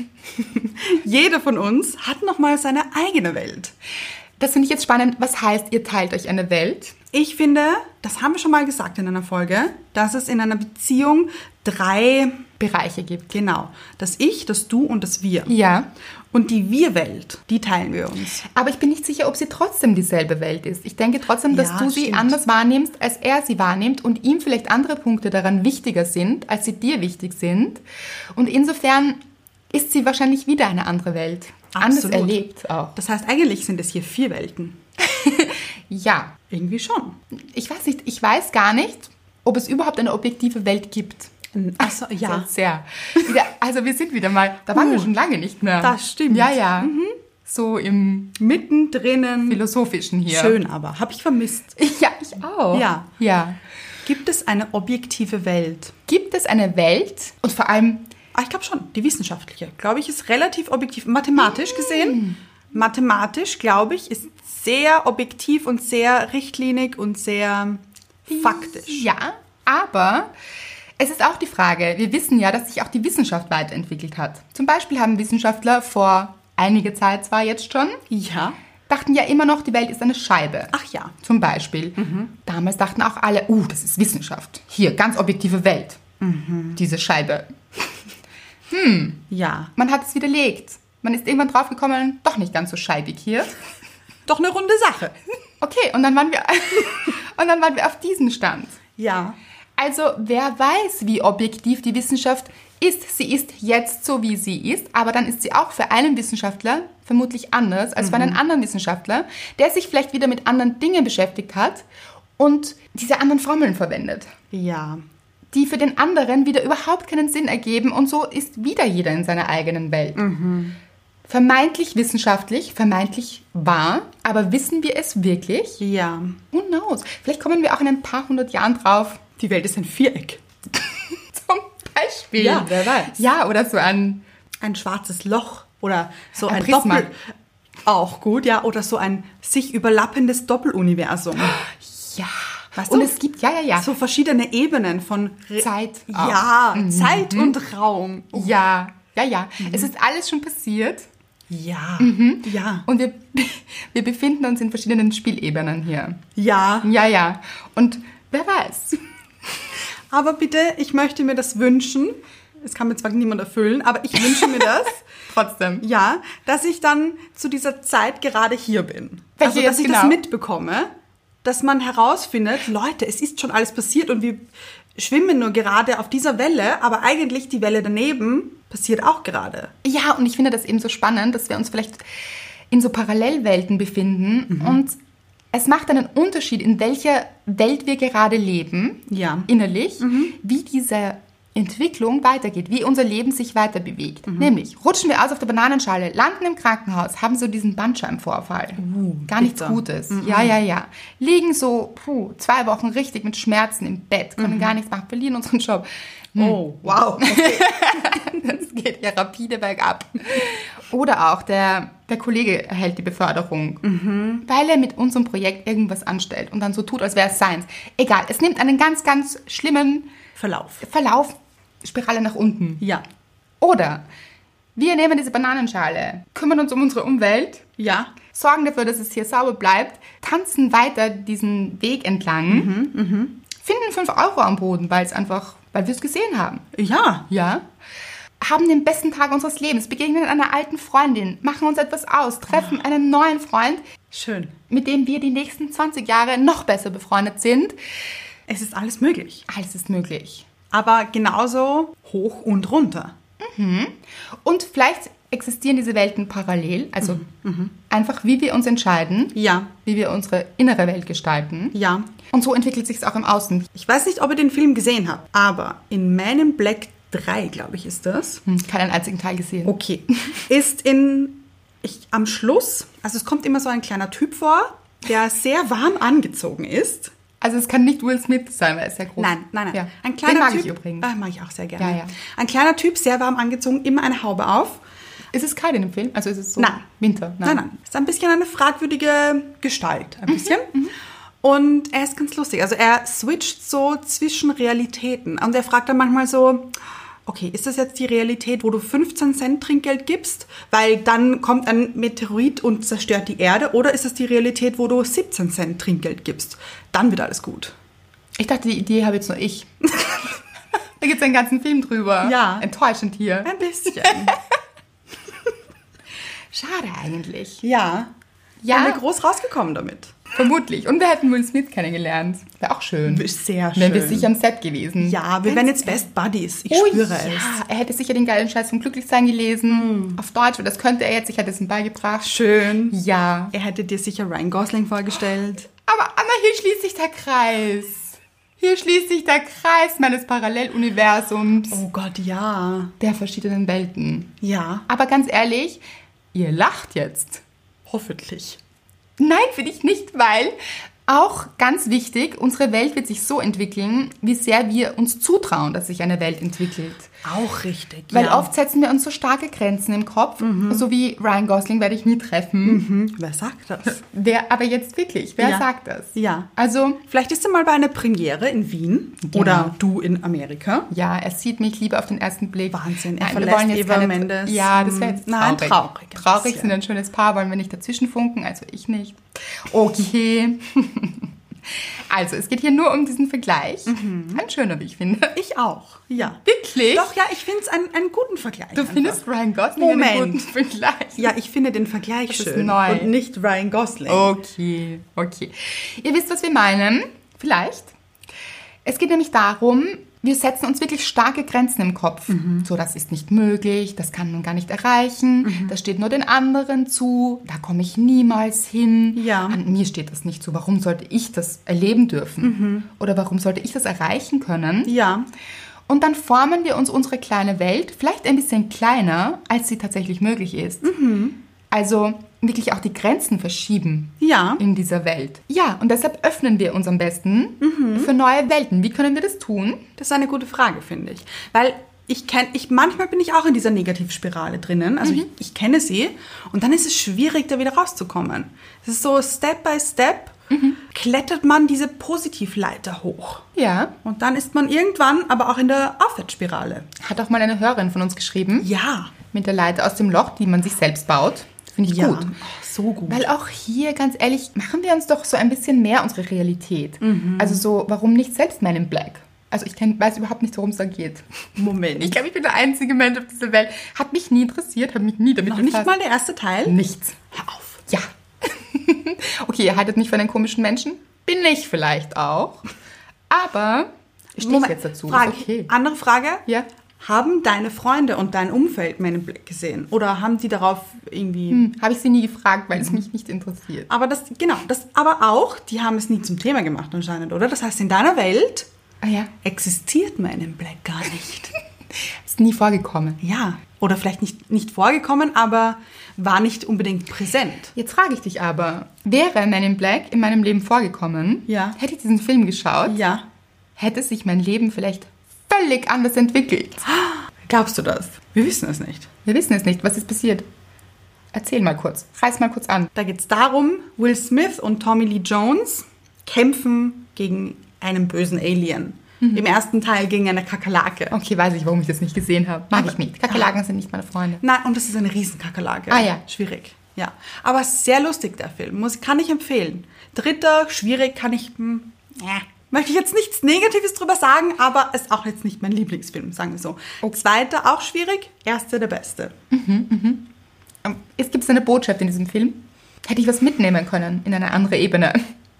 jeder von uns hat nochmal seine eigene Welt. Das finde ich jetzt spannend. Was heißt, ihr teilt euch eine Welt? Ich finde, das haben wir schon mal gesagt in einer Folge, dass es in einer Beziehung drei Bereiche gibt. Genau. Das Ich, das Du und das Wir. Ja. Und die Wir-Welt, die teilen wir uns. Aber ich bin nicht sicher, ob sie trotzdem dieselbe Welt ist. Ich denke trotzdem, dass ja, du sie stimmt. anders wahrnimmst, als er sie wahrnimmt und ihm vielleicht andere Punkte daran wichtiger sind, als sie dir wichtig sind. Und insofern ist sie wahrscheinlich wieder eine andere Welt. Anders Absolut. erlebt auch. Das heißt, eigentlich sind es hier vier Welten. Ja. Irgendwie schon. Ich weiß nicht, ich weiß gar nicht, ob es überhaupt eine objektive Welt gibt. Achso, ja. Sehr. Wieder, also wir sind wieder mal, da waren uh, wir schon lange nicht mehr. Das stimmt. Ja, ja. Mhm. So im mittendrin. Philosophischen hier. Schön aber. Habe ich vermisst. Ja, ich auch. Ja. Ja. Gibt es eine objektive Welt? Gibt es eine Welt und vor allem... Ah, ich glaube schon, die wissenschaftliche, glaube ich, ist relativ objektiv. Mathematisch gesehen, mm. mathematisch, glaube ich, ist sehr objektiv und sehr richtlinig und sehr faktisch. Ja, aber es ist auch die Frage, wir wissen ja, dass sich auch die Wissenschaft weiterentwickelt hat. Zum Beispiel haben Wissenschaftler vor einiger Zeit zwar jetzt schon, ja, dachten ja immer noch, die Welt ist eine Scheibe. Ach ja. Zum Beispiel. Mhm. Damals dachten auch alle, uh, das ist Wissenschaft. Hier, ganz objektive Welt. Mhm. Diese Scheibe. Hm. Ja. Man hat es widerlegt. Man ist irgendwann draufgekommen, doch nicht ganz so scheibig hier. Doch eine runde Sache. Okay, und dann waren wir, und dann waren wir auf diesem Stand. Ja. Also, wer weiß, wie objektiv die Wissenschaft ist, sie ist jetzt so, wie sie ist, aber dann ist sie auch für einen Wissenschaftler vermutlich anders als für einen anderen Wissenschaftler, der sich vielleicht wieder mit anderen Dingen beschäftigt hat und diese anderen Formeln verwendet. Ja. Die für den anderen wieder überhaupt keinen Sinn ergeben und so ist wieder jeder in seiner eigenen Welt. Mhm. Vermeintlich wissenschaftlich, vermeintlich wahr, aber wissen wir es wirklich? Ja. Who knows? Vielleicht kommen wir auch in ein paar hundert Jahren drauf. Die Welt ist ein Viereck. Zum Beispiel. Ja, wer weiß. Ja, oder so ein... Ein schwarzes Loch oder so Ein ein, Prisma. Doppel... Auch gut, ja. Oder so ein sich überlappendes Doppeluniversum. Ja. Weißt Und du? es gibt, ja, ja, ja. So verschiedene Ebenen von... Re- Zeit auch. Ja, Zeit und Raum. Ja, ja, ja. Es ist alles schon passiert. Ja, ja, Und wir, wir befinden uns in verschiedenen Spielebenen hier. ja. Ja, ja. Und wer weiß. Aber bitte, ich möchte mir das wünschen. Es kann mir zwar niemand erfüllen, aber ich wünsche mir das. Trotzdem. Ja, dass ich dann zu dieser Zeit gerade hier bin. Welche Also, dass jetzt ich genau? das mitbekomme, dass man herausfindet, Leute, es ist schon alles passiert und wir schwimmen nur gerade auf dieser Welle, aber eigentlich die Welle daneben passiert auch gerade. Ja, und ich finde das eben so spannend, dass wir uns vielleicht in so Parallelwelten befinden Mhm. und es macht einen Unterschied, in welcher Welt wir gerade leben, Ja. Mhm. innerlich, wie diese Entwicklung weitergeht, wie unser Leben sich weiter bewegt. Mhm. Nämlich, rutschen wir aus auf der Bananenschale, landen im Krankenhaus, haben so diesen Bandscheibenvorfall. Gar nichts bitter. Gutes. Ja, ja, ja. Liegen so puh, zwei Wochen richtig mit Schmerzen im Bett, können gar nichts machen, verlieren unseren Job. Oh, wow. Okay. Das geht ja rapide bergab. Oder auch der, der Kollege erhält die Beförderung, weil er mit unserem Projekt irgendwas anstellt und dann so tut, als wäre es seins. Egal, es nimmt einen ganz, ganz schlimmen Verlauf. Verlauf, Spirale nach unten. Ja. Oder wir nehmen diese Bananenschale, kümmern uns um unsere Umwelt, Ja. sorgen dafür, dass es hier sauber bleibt, tanzen weiter diesen Weg entlang, finden fünf Euro am Boden, weil es einfach, weil wir es gesehen haben. Ja. Ja. Haben den besten Tag unseres Lebens, begegnen einer alten Freundin, machen uns etwas aus, treffen einen neuen Freund, Schön. mit dem wir die nächsten zwanzig Jahre noch besser befreundet sind. Es ist alles möglich. Alles ist möglich. Aber genauso hoch und runter. Und vielleicht existieren diese Welten parallel, also einfach wie wir uns entscheiden, Ja. wie wir unsere innere Welt gestalten. Ja. Und so entwickelt sich es auch im Außen. Ich weiß nicht, ob ihr den Film gesehen habt, aber in Man in Black drei, glaube ich, ist das. Hm, keinen einzigen Teil gesehen. Okay. Ist in, ich, am Schluss, also es kommt immer so ein kleiner Typ vor, der sehr warm angezogen ist. Also es kann nicht Will Smith sein, weil er ist sehr groß. Nein, nein, nein. Ja. Ein kleiner Den mag Typ. ich übrigens. Ah, mag ich auch sehr gerne. Ja, ja. Ein kleiner Typ, sehr warm angezogen, immer eine Haube auf. Ist es kalt in dem Film? Also ist es so Nein. Winter? Nein, nein. Ist ein bisschen eine fragwürdige Gestalt. Ein bisschen. Und er ist ganz lustig. Also er switcht so zwischen Realitäten. Und er fragt dann manchmal so, okay, ist das jetzt die Realität, wo du fünfzehn Cent Trinkgeld gibst, weil dann kommt ein Meteorit und zerstört die Erde? Oder ist das die Realität, wo du siebzehn Cent Trinkgeld gibst? Dann wird alles gut. Ich dachte, die Idee habe jetzt nur ich. Da gibt es einen ganzen Film drüber. Ja. Enttäuschend hier. Ein bisschen. Schade eigentlich. Ja. Ja. Sind wir groß rausgekommen damit. Vermutlich. Und wir hätten Will Smith kennengelernt. Wäre auch schön. Sehr Wären wir schön. sicher am Set gewesen. Ja, wir wären jetzt Best Buddies. Ich Oh spüre ja, es. er hätte sicher den geilen Scheiß vom Glücklichsein gelesen. Auf Deutsch, weil das könnte er jetzt. Ich hätte es ihm beigebracht. Schön. Ja. Er hätte dir sicher Ryan Gosling vorgestellt. Aber Anna, hier schließt sich der Kreis. Hier schließt sich der Kreis meines Paralleluniversums Oh Gott, ja. der verschiedenen Welten. Ja. Aber ganz ehrlich, ihr lacht jetzt. Hoffentlich. Nein, für dich nicht, weil auch ganz wichtig, unsere Welt wird sich so entwickeln, wie sehr wir uns zutrauen, dass sich eine Welt entwickelt. Auch richtig. Weil ja. oft setzen wir uns so starke Grenzen im Kopf, so wie Ryan Gosling werde ich nie treffen. Hm, wer sagt das? Wer, aber jetzt wirklich, wer Ja. sagt das? Ja. Also, Vielleicht ist er mal bei einer Premiere in Wien Genau. oder du in Amerika. ja, er sieht mich lieber auf den ersten Blick. Wahnsinn, er Nein, wir verlässt wollen jetzt Eva keine- Mendes. Ja, das wäre jetzt Nein, traurig. traurig ein Traurig bisschen. sind ein schönes Paar, wollen wir nicht dazwischen funken, also ich nicht. Okay. Also, es geht hier nur um diesen Vergleich. Ein schöner, wie ich finde. Ich auch. Ja. Wirklich? Doch, ja, ich finde es einen, einen guten Vergleich. Du einfach. findest Ryan Gosling einen Moment. guten Vergleich? Ja, ich finde den Vergleich Das ist schön. neu. Und nicht Ryan Gosling. Okay, okay. Ihr wisst, was wir meinen. Vielleicht. Es geht nämlich darum, wir setzen uns wirklich starke Grenzen im Kopf. Mhm. So, das ist nicht möglich, das kann man gar nicht erreichen, mhm. das steht nur den anderen zu, da komme ich niemals hin. Ja. An mir steht das nicht zu. Warum sollte ich das erleben dürfen? Mhm. Oder warum sollte ich das erreichen können? Ja. Und dann formen wir uns unsere kleine Welt, vielleicht ein bisschen kleiner, als sie tatsächlich möglich ist. Mhm. Also wirklich auch die Grenzen verschieben ja. in dieser Welt. Ja, und deshalb öffnen wir uns am besten mhm. für neue Welten. Wie können wir das tun? Das ist eine gute Frage, finde ich. Weil ich kenne, ich, manchmal bin ich auch in dieser Negativspirale drinnen. Also mhm. ich, ich kenne sie. Und dann ist es schwierig, da wieder rauszukommen. Es ist so Step by Step. Mhm. Klettert man diese Positivleiter hoch. Ja. Und dann ist man irgendwann aber auch in der Aufwärtsspirale. Hat auch mal eine Hörerin von uns geschrieben. Ja. Mit der Leiter aus dem Loch, die man sich selbst baut. Finde ich ja. gut. Oh, so gut. Weil auch hier, ganz ehrlich, machen wir uns doch so ein bisschen mehr unsere Realität. Mhm. Also so, warum nicht selbst Man in Black? Also ich kenn, weiß überhaupt nicht, worum es da geht. Moment. Ich glaube, ich bin der einzige Mensch auf dieser Welt. Hat mich nie interessiert, hat mich nie damit Noch befasst. Nicht mal der erste Teil? Nichts. Hör auf. Ja. Okay, ihr haltet mich für einen komischen Menschen? Bin ich vielleicht auch. Aber stehe ich jetzt dazu. Frage, okay. Andere Frage. Ja. Haben deine Freunde und dein Umfeld Men in Black gesehen? Oder haben die darauf irgendwie... Hm, habe ich sie nie gefragt, weil es mich nicht interessiert. Aber das, genau, das aber auch, die haben es nie zum Thema gemacht anscheinend, oder? Das heißt, in deiner Welt ah, ja. existiert Men in Black gar nicht. Ist nie vorgekommen. Ja, oder vielleicht nicht, nicht vorgekommen, aber war nicht unbedingt präsent. Jetzt frage ich dich aber, wäre Men in Black in meinem Leben vorgekommen? Ja. Hätte ich diesen Film geschaut? Ja. Hätte sich mein Leben vielleicht völlig anders entwickelt? Glaubst du das? Wir wissen es nicht. Wir wissen es nicht. Was ist passiert? Erzähl mal kurz. Reiß mal kurz an. Da geht es darum, Will Smith und Tommy Lee Jones kämpfen gegen einen bösen Alien. Mhm. Im ersten Teil gegen eine Kakerlake. Okay, weiß ich, warum ich das nicht gesehen habe. Mag aber, ich nicht. Kakerlaken ah. sind nicht meine Freunde. Nein, und das ist eine Riesenkakerlake. Ah ja. Schwierig. Ja. Aber sehr lustig, der Film. Muss, kann ich empfehlen. Dritter, schwierig, kann ich... Mh, äh. Möchte ich jetzt nichts Negatives drüber sagen, aber ist auch jetzt nicht mein Lieblingsfilm, sagen wir so. Okay. Zweiter auch schwierig, erster der beste. Mhm, mhm. Es gibt eine Botschaft in diesem Film. Hätte ich was mitnehmen können in eine andere Ebene.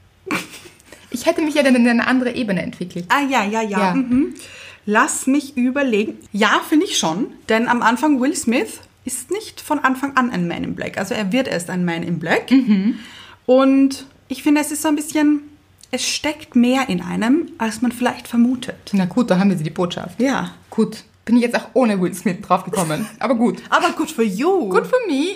Ich hätte mich ja dann in eine andere Ebene entwickelt. Ah ja, ja, ja. ja. Mhm. Lass mich überlegen. Ja, finde ich schon, denn am Anfang Will Smith ist nicht von Anfang an ein Man in Black. Also er wird erst ein Man in Black. Mhm. Und ich finde, es ist so ein bisschen... Es steckt mehr in einem, als man vielleicht vermutet. Na gut, da haben wir sie die Botschaft. Ja. Gut, bin ich jetzt auch ohne Will Smith draufgekommen. Aber gut. Aber good for you. Good for me.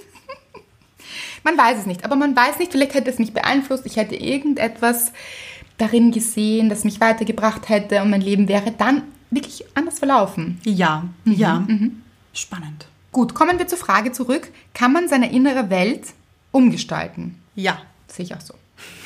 Man weiß es nicht, aber man weiß nicht, vielleicht hätte es mich beeinflusst. Ich hätte irgendetwas darin gesehen, das mich weitergebracht hätte und mein Leben wäre dann wirklich anders verlaufen. Ja, mhm. ja. Mhm. Spannend. Gut, kommen wir zur Frage zurück. Kann man seine innere Welt umgestalten? Ja. Sehe ich auch so.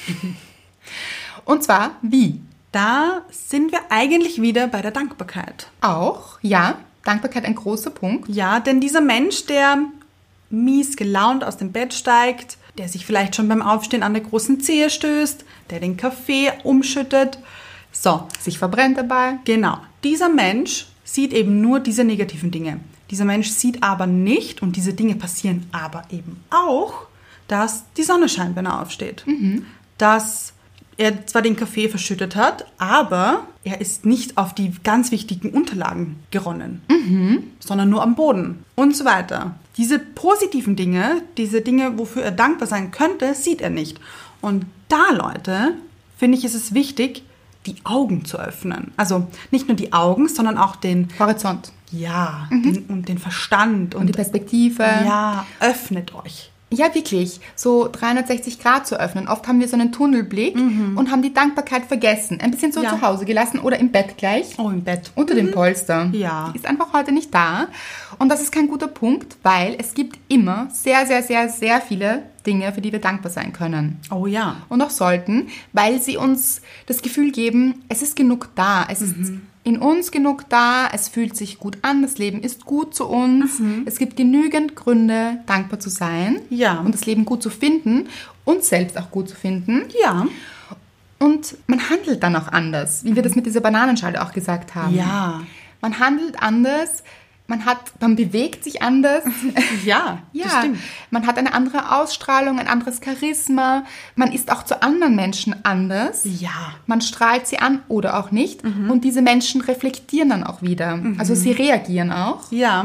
Und zwar, wie? Da sind wir eigentlich wieder bei der Dankbarkeit. Auch, ja. Dankbarkeit ein großer Punkt. Ja, denn dieser Mensch, der mies gelaunt aus dem Bett steigt, der sich vielleicht schon beim Aufstehen an der großen Zehe stößt, der den Kaffee umschüttet, so. Sich verbrennt dabei. Genau. Dieser Mensch sieht eben nur diese negativen Dinge. Dieser Mensch sieht aber nicht, und diese Dinge passieren aber eben auch, dass die Sonne scheint, wenn er aufsteht. Mhm. Dass er zwar den Kaffee verschüttet hat, aber er ist nicht auf die ganz wichtigen Unterlagen geronnen, mhm. sondern nur am Boden und so weiter. Diese positiven Dinge, diese Dinge, wofür er dankbar sein könnte, sieht er nicht. Und da, Leute, finde ich, ist es wichtig, die Augen zu öffnen. Also nicht nur die Augen, sondern auch den Horizont. Ja, mhm. den, und den Verstand. Und, und die Perspektive. Ja, öffnet euch. Ja, wirklich, so dreihundertsechzig Grad zu öffnen. Oft haben wir so einen Tunnelblick mhm. und haben die Dankbarkeit vergessen. Ein bisschen so ja. zu Hause gelassen oder im Bett gleich. Oh, im Bett. Unter mhm. dem Polster. Ja. Die ist einfach heute nicht da. Und das ist kein guter Punkt, weil es gibt immer sehr, sehr, sehr, sehr viele Dinge, für die wir dankbar sein können. Oh ja. Und auch sollten, weil sie uns das Gefühl geben, es ist genug da. Es ist mhm. in uns genug da, es fühlt sich gut an, das Leben ist gut zu uns. Mhm. Es gibt genügend Gründe, dankbar zu sein ja. und das Leben gut zu finden, uns selbst auch gut zu finden. Ja. Und man handelt dann auch anders, wie wir das mit dieser Bananenschale auch gesagt haben. Ja. Man handelt anders, Man hat, man bewegt sich anders. Ja, Ja, das stimmt. man hat eine andere Ausstrahlung, ein anderes Charisma. Man ist auch zu anderen Menschen anders. Ja. Man strahlt sie an oder auch nicht. Und diese Menschen reflektieren dann auch wieder. Also sie reagieren auch. Ja.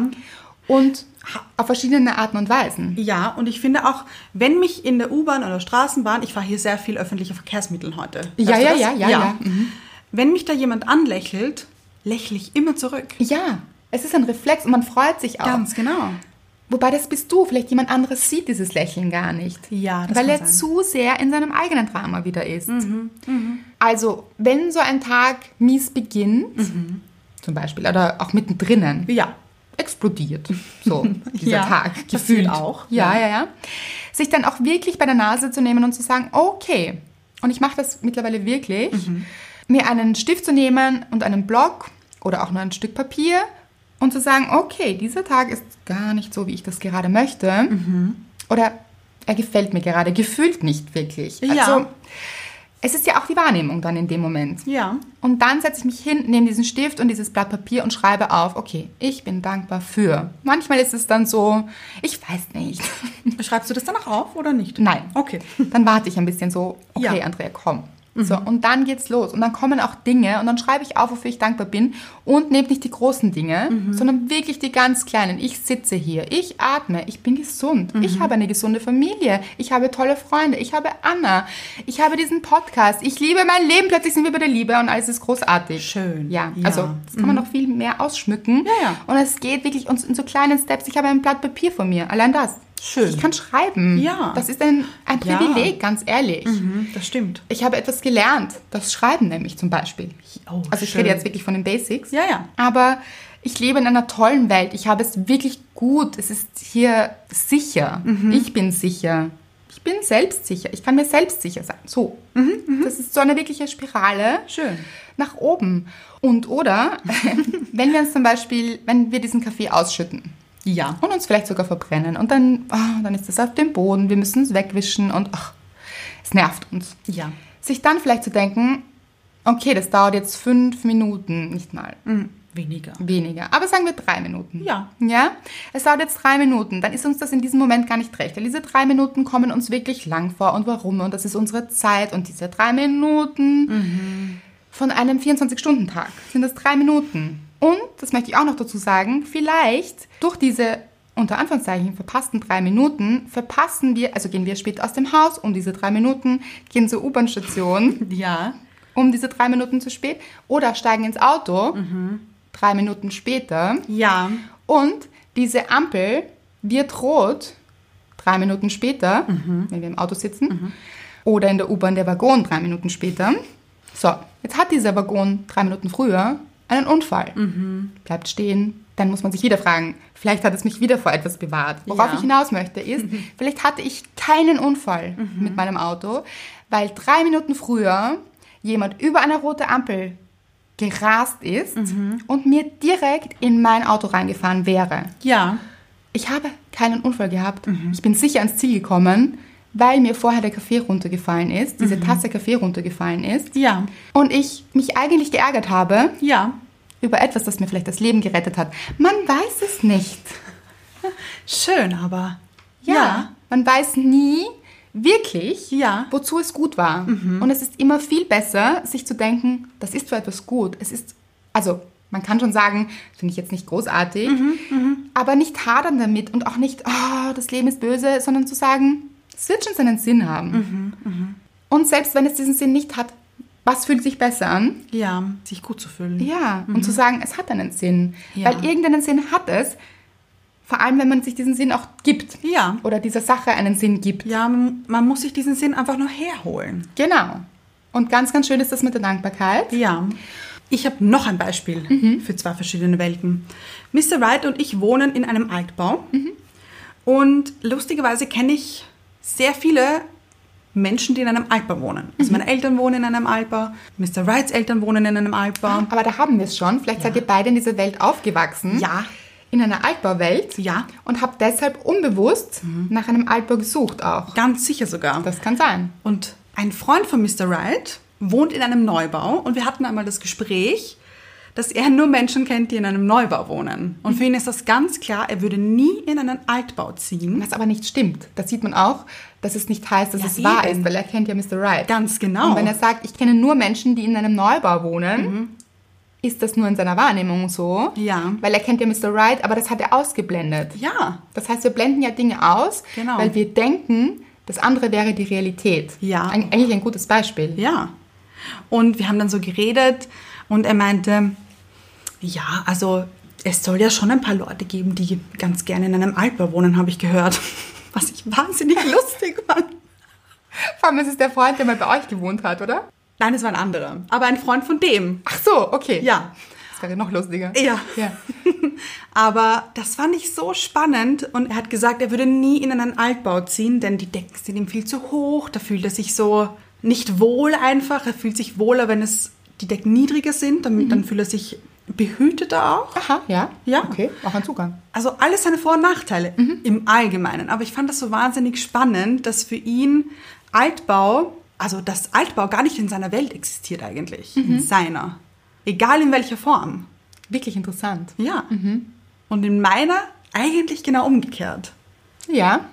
Und auf verschiedene Arten und Weisen. Ja, und ich finde auch, wenn mich in der U-Bahn oder Straßenbahn, ich fahre hier sehr viel öffentliche Verkehrsmittel heute. Ja, Weißt du ja, das? ja, ja, ja. Mhm. Wenn mich da jemand anlächelt, lächle ich immer zurück. Ja, es ist ein Reflex und man freut sich auch. Ganz genau. Wobei das bist du. Vielleicht jemand anderes sieht dieses Lächeln gar nicht. Ja, das Weil kann er sein. zu sehr in seinem eigenen Drama wieder ist. Mhm, also, wenn so ein Tag mies beginnt, Mhm. zum Beispiel, oder auch mittendrin, Ja. explodiert, so dieser Ja, Tag, passiert gefühlt auch. Ja, Ja. ja, ja. Sich dann auch wirklich bei der Nase zu nehmen und zu sagen, okay, und ich mache das mittlerweile wirklich, Mhm. mir einen Stift zu nehmen und einen Block oder auch nur ein Stück Papier und zu sagen, okay, dieser Tag ist gar nicht so, wie ich das gerade möchte. Mhm. Oder er gefällt mir gerade, gefühlt nicht wirklich. Ja. Also, es ist ja auch die Wahrnehmung dann in dem Moment. Ja. Und dann setze ich mich hin, nehme diesen Stift und dieses Blatt Papier und schreibe auf, okay, ich bin dankbar für. Manchmal ist es dann so, ich weiß nicht. Schreibst du das dann auch auf oder nicht? Nein. Okay. Dann warte ich ein bisschen so, okay, Ja. Andrea, komm. So, und dann geht's los. Und dann kommen auch Dinge und dann schreibe ich auf, wofür ich dankbar bin und nehme nicht die großen Dinge, sondern wirklich die ganz kleinen. Ich sitze hier, ich atme, ich bin gesund, ich habe eine gesunde Familie, ich habe tolle Freunde, ich habe Anna, ich habe diesen Podcast, ich liebe mein Leben, plötzlich sind wir bei der Liebe und alles ist großartig. Schön. Ja, Ja. also das kann man noch viel mehr ausschmücken. Ja, ja. Und es geht wirklich uns in so kleinen Steps. Ich habe ein Blatt Papier vor mir, allein das. Schön. Ich kann schreiben. Ja. Das ist ein, ein Ja. Privileg, ganz ehrlich. Mhm, das stimmt. Ich habe etwas gelernt, das Schreiben nämlich zum Beispiel. Oh, also ich schön. rede jetzt wirklich von den Basics. Ja, ja. Aber ich lebe in einer tollen Welt. Ich habe es wirklich gut. Es ist hier sicher. Mhm. Ich bin sicher. Ich bin selbstsicher. Ich kann mir selbstsicher sein. So. Das ist so eine wirkliche Spirale. Schön. Nach oben. Und oder, wenn wir uns zum Beispiel, wenn wir diesen Kaffee ausschütten. Ja. Und uns vielleicht sogar verbrennen. Und dann, ah, dann ist das auf dem Boden. Wir müssen es wegwischen und ach, es nervt uns. Ja. Sich dann vielleicht zu denken, okay, das dauert jetzt fünf Minuten, nicht mal. Mhm. Weniger. Weniger. Aber sagen wir drei Minuten. Ja. Ja? Es dauert jetzt drei Minuten. Dann ist uns das in diesem Moment gar nicht recht. Weil diese drei Minuten kommen uns wirklich lang vor. Und warum? Und das ist unsere Zeit. Und diese drei Minuten Mhm. von einem vierundzwanzig-Stunden-Tag sind das drei Minuten. Und, das möchte ich auch noch dazu sagen, vielleicht durch diese unter Anführungszeichen verpassten drei Minuten verpassen wir, also gehen wir später aus dem Haus um diese drei Minuten, gehen zur U-Bahn-Station Ja. um diese drei Minuten zu spät oder steigen ins Auto drei Minuten später Ja. und diese Ampel wird rot drei Minuten später, wenn wir im Auto sitzen, oder in der U-Bahn der Waggon drei Minuten später. So, jetzt hat dieser Waggon drei Minuten früher einen Unfall, bleibt stehen. Dann muss man sich wieder fragen, vielleicht hat es mich wieder vor etwas bewahrt. Worauf Ja. ich hinaus möchte ist, vielleicht hatte ich keinen Unfall mit meinem Auto, weil drei Minuten früher jemand über eine rote Ampel gerast ist und mir direkt in mein Auto reingefahren wäre. Ja. Ich habe keinen Unfall gehabt. Ich bin sicher ans Ziel gekommen, weil mir vorher der Kaffee runtergefallen ist, diese Tasse Kaffee runtergefallen ist. Ja. Und ich mich eigentlich geärgert habe Ja. über etwas, das mir vielleicht das Leben gerettet hat. Man weiß es nicht. Schön, aber. Ja, man weiß nie wirklich, Ja. wozu es gut war. Und es ist immer viel besser, sich zu denken, das ist für etwas gut. Es ist, also man kann schon sagen, finde ich jetzt nicht großartig, aber nicht hadern damit und auch nicht, oh, das Leben ist böse, sondern zu sagen, es wird schon seinen Sinn haben. Und selbst wenn es diesen Sinn nicht hat, was fühlt sich besser an? Ja. Sich gut zu fühlen. Ja, und zu sagen, es hat einen Sinn. Ja. Weil irgendeinen Sinn hat es, vor allem wenn man sich diesen Sinn auch gibt. Ja. Oder dieser Sache einen Sinn gibt. Ja, man muss sich diesen Sinn einfach nur herholen. Genau. Und ganz, ganz schön ist das mit der Dankbarkeit. Ja. Ich habe noch ein Beispiel für zwei verschiedene Welten. Mister Wright und ich wohnen in einem Altbau. Und lustigerweise kenne ich sehr viele Menschen, die in einem Altbau wohnen. Also meine Eltern wohnen in einem Altbau, Mister Wrights Eltern wohnen in einem Altbau. Aber da haben wir es schon. Vielleicht seid ihr beide in dieser Welt aufgewachsen. Ja. In einer Altbauwelt. Ja. Und habt deshalb unbewusst nach einem Altbau gesucht auch. Ganz sicher sogar. Das kann sein. Und ein Freund von Mister Wright wohnt in einem Neubau und wir hatten einmal das Gespräch, dass er nur Menschen kennt, die in einem Neubau wohnen. Und für ihn ist das ganz klar, er würde nie in einen Altbau ziehen. Was aber nicht stimmt. Das sieht man auch, dass es nicht heißt, dass Ja, es wahr eben. ist, weil er kennt ja Mister Right. Ganz genau. Und wenn er sagt, ich kenne nur Menschen, die in einem Neubau wohnen, mhm. ist das nur in seiner Wahrnehmung so. Ja. Weil er kennt ja Mister Right, aber das hat er ausgeblendet. Ja. Das heißt, wir blenden ja Dinge aus, Genau. weil wir denken, das andere wäre die Realität. Ja. Eig- Eigentlich ein gutes Beispiel. Ja. Und wir haben dann so geredet und er meinte, ja, also es soll ja schon ein paar Leute geben, die ganz gerne in einem Altbau wohnen, habe ich gehört. Was ich wahnsinnig lustig fand. Vor allem, es ist der Freund, der mal bei euch gewohnt hat, oder? Nein, es war ein anderer. Aber ein Freund von dem. Ach so, okay. Ja. Das wäre noch lustiger. Ja. Ja. Aber das fand ich so spannend und er hat gesagt, er würde nie in einen Altbau ziehen, denn die Decken sind ihm viel zu hoch. Da fühlt er sich so nicht wohl einfach. Er fühlt sich wohler, wenn es die Decken niedriger sind. Dann, mhm. dann fühlt er sich behüteter auch. Aha, ja. Ja. Okay, auch ein Zugang. Also alles seine Vor- und Nachteile mhm. im Allgemeinen. Aber ich fand das so wahnsinnig spannend, dass für ihn Altbau, also dass Altbau gar nicht in seiner Welt existiert eigentlich. Mhm. In seiner. Egal in welcher Form. Wirklich interessant. Ja. Mhm. Und in meiner eigentlich genau umgekehrt. Ja.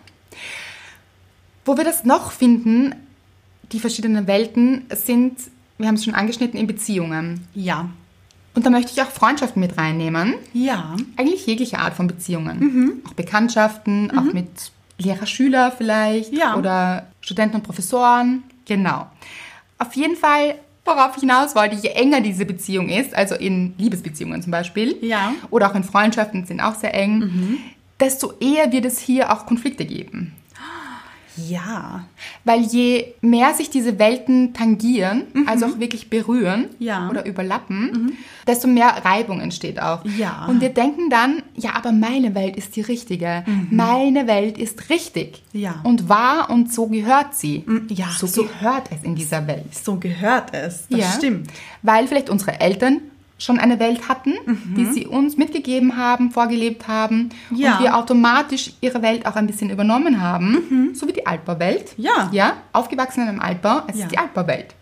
Wo wir das noch finden, die verschiedenen Welten, sind, wir haben es schon angeschnitten, in Beziehungen. Ja. Und da möchte ich auch Freundschaften mit reinnehmen. Ja. Eigentlich jegliche Art von Beziehungen. Mhm. Auch Bekanntschaften, mhm. auch mit Lehrer-Schüler vielleicht. Ja. Oder Studenten und Professoren. Genau. Auf jeden Fall, worauf ich hinaus wollte, je enger diese Beziehung ist, also in Liebesbeziehungen zum Beispiel, Ja. oder auch in Freundschaften sind auch sehr eng, mhm. desto eher wird es hier auch Konflikte geben. Ja. Weil je mehr sich diese Welten tangieren, mhm. also auch wirklich berühren Ja. oder überlappen, mhm. desto mehr Reibung entsteht auch. Ja. Und wir denken dann, ja, aber meine Welt ist die richtige. Mhm. Meine Welt ist richtig Ja. und wahr und so gehört sie. Ja, so, so- gehört es in dieser Welt. So gehört es. Das Ja. stimmt. Weil vielleicht unsere Eltern schon eine Welt hatten, mhm. die sie uns mitgegeben haben, vorgelebt haben Ja. und wir automatisch ihre Welt auch ein bisschen übernommen haben, mhm. so wie die Altbauwelt. Ja. Ja, aufgewachsen in einem Altbau, es Ja. ist die Altbauwelt.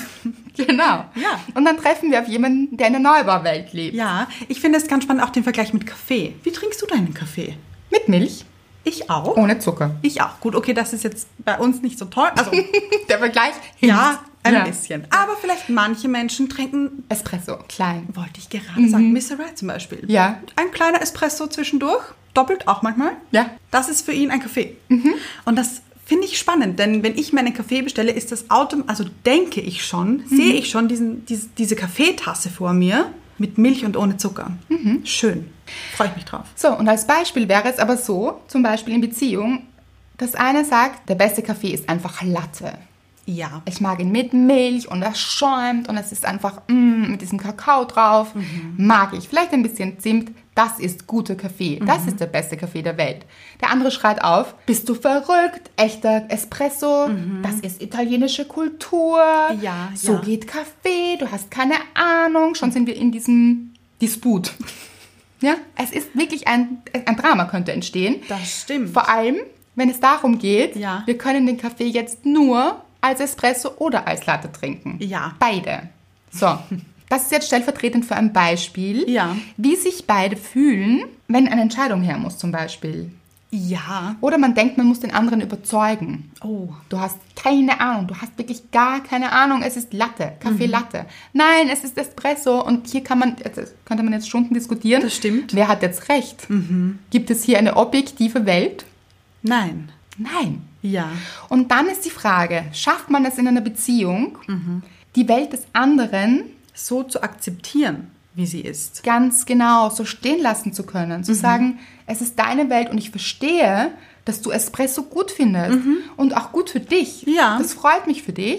Genau. Ja. Und dann treffen wir auf jemanden, der in der Neubauwelt lebt. Ja. Ich finde es ganz spannend, auch den Vergleich mit Kaffee. Wie trinkst du deinen Kaffee? Mit Milch, Ich auch. ohne Zucker. Ich auch. Gut, okay, das ist jetzt bei uns nicht so toll. Also, Der Vergleich ja, ein Ja. bisschen. Aber vielleicht manche Menschen trinken, Espresso, klein. wollte ich gerade sagen, Mister Right zum Beispiel. Ja. Ein kleiner Espresso zwischendurch, doppelt auch manchmal. Ja. Das ist für ihn ein Kaffee. Und das finde ich spannend, denn wenn ich mir einen Kaffee bestelle, ist das Auto, also denke ich schon, sehe ich schon diesen, diese, diese Kaffeetasse vor mir mit Milch und ohne Zucker. Schön. Freue ich mich drauf. So, und als Beispiel wäre es aber so, zum Beispiel in Beziehung, dass einer sagt, der beste Kaffee ist einfach Latte. Ja. Ich mag ihn mit Milch und er schäumt und es ist einfach mm, mit diesem Kakao drauf. Mag ich. Vielleicht ein bisschen Zimt. Das ist guter Kaffee. Das ist der beste Kaffee der Welt. Der andere schreit auf, bist du verrückt? Echter Espresso. Das ist italienische Kultur. Ja, So ja. geht Kaffee. Du hast keine Ahnung. Schon sind wir in diesem Disput. Ja, es ist wirklich ein, ein Drama könnte entstehen. Das stimmt. Vor allem, wenn es darum geht, Ja. wir können den Kaffee jetzt nur als Espresso oder als Latte trinken. Ja. Beide. So, das ist jetzt stellvertretend für ein Beispiel, Ja. wie sich beide fühlen, wenn eine Entscheidung her muss zum Beispiel. Ja. Oder man denkt, man muss den anderen überzeugen. Oh. Du hast keine Ahnung, du hast wirklich gar keine Ahnung, es ist Latte, Kaffee Latte. Nein, es ist Espresso und hier kann man, jetzt könnte man jetzt Stunden diskutieren. Das stimmt. Wer hat jetzt recht? Gibt es hier eine objektive Welt? Nein. Nein. Ja. Und dann ist die Frage, schafft man es in einer Beziehung, die Welt des anderen So zu akzeptieren, wie sie ist. ganz genau so stehen lassen zu können. Zu sagen, es ist deine Welt und ich verstehe, dass du Espresso gut findest und auch gut für dich. Ja. Das freut mich für dich.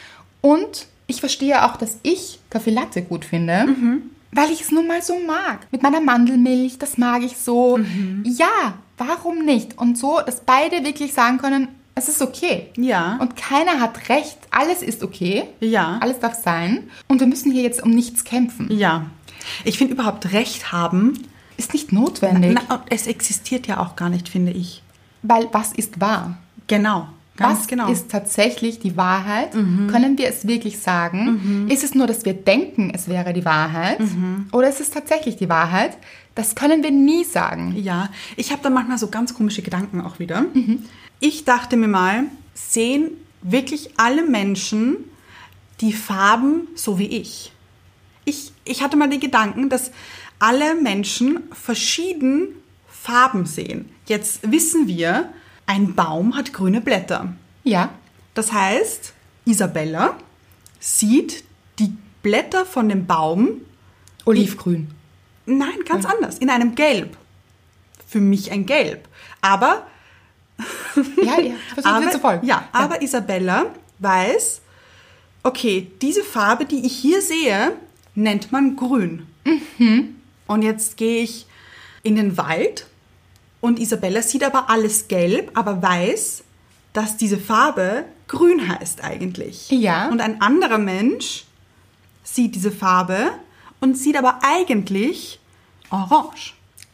Und ich verstehe auch, dass ich Kaffee Latte gut finde, weil ich es nun mal so mag. Mit meiner Mandelmilch, das mag ich so. Ja, warum nicht? Und so, dass beide wirklich sagen können, es ist okay. Ja. Und keiner hat recht. Alles ist okay. Ja. Alles darf sein. Und wir müssen hier jetzt um nichts kämpfen. Ja. Ich finde überhaupt Recht haben, Ist nicht notwendig. na, es existiert ja auch gar nicht, finde ich. Weil was ist wahr? Genau, Ganz Was genau. ist tatsächlich die Wahrheit? Mhm. Können wir es wirklich sagen? Mhm. Ist es nur, dass wir denken, es wäre die Wahrheit? Mhm. Oder ist es tatsächlich die Wahrheit? Das können wir nie sagen. Ja, ich habe da manchmal so ganz komische Gedanken auch wieder. Mhm. Ich dachte mir mal, sehen wirklich alle Menschen die Farben so wie ich? Ich, ich hatte mal den Gedanken, dass alle Menschen verschieden Farben sehen. Jetzt wissen wir, ein Baum hat grüne Blätter. Ja. Das heißt, Isabella sieht die Blätter von dem Baum olivgrün. Nein, ganz ja. anders. In einem Gelb. Für mich ein Gelb. Aber ja, ja, versuch dir zu folgen. Ja, aber ja. Isabella weiß, okay, diese Farbe, die ich hier sehe, nennt man grün. Mhm. Und jetzt gehe ich in den Wald und Isabella sieht aber alles gelb, aber weiß, dass diese Farbe grün heißt eigentlich. Ja. Und ein anderer Mensch sieht diese Farbe und sieht aber eigentlich orange.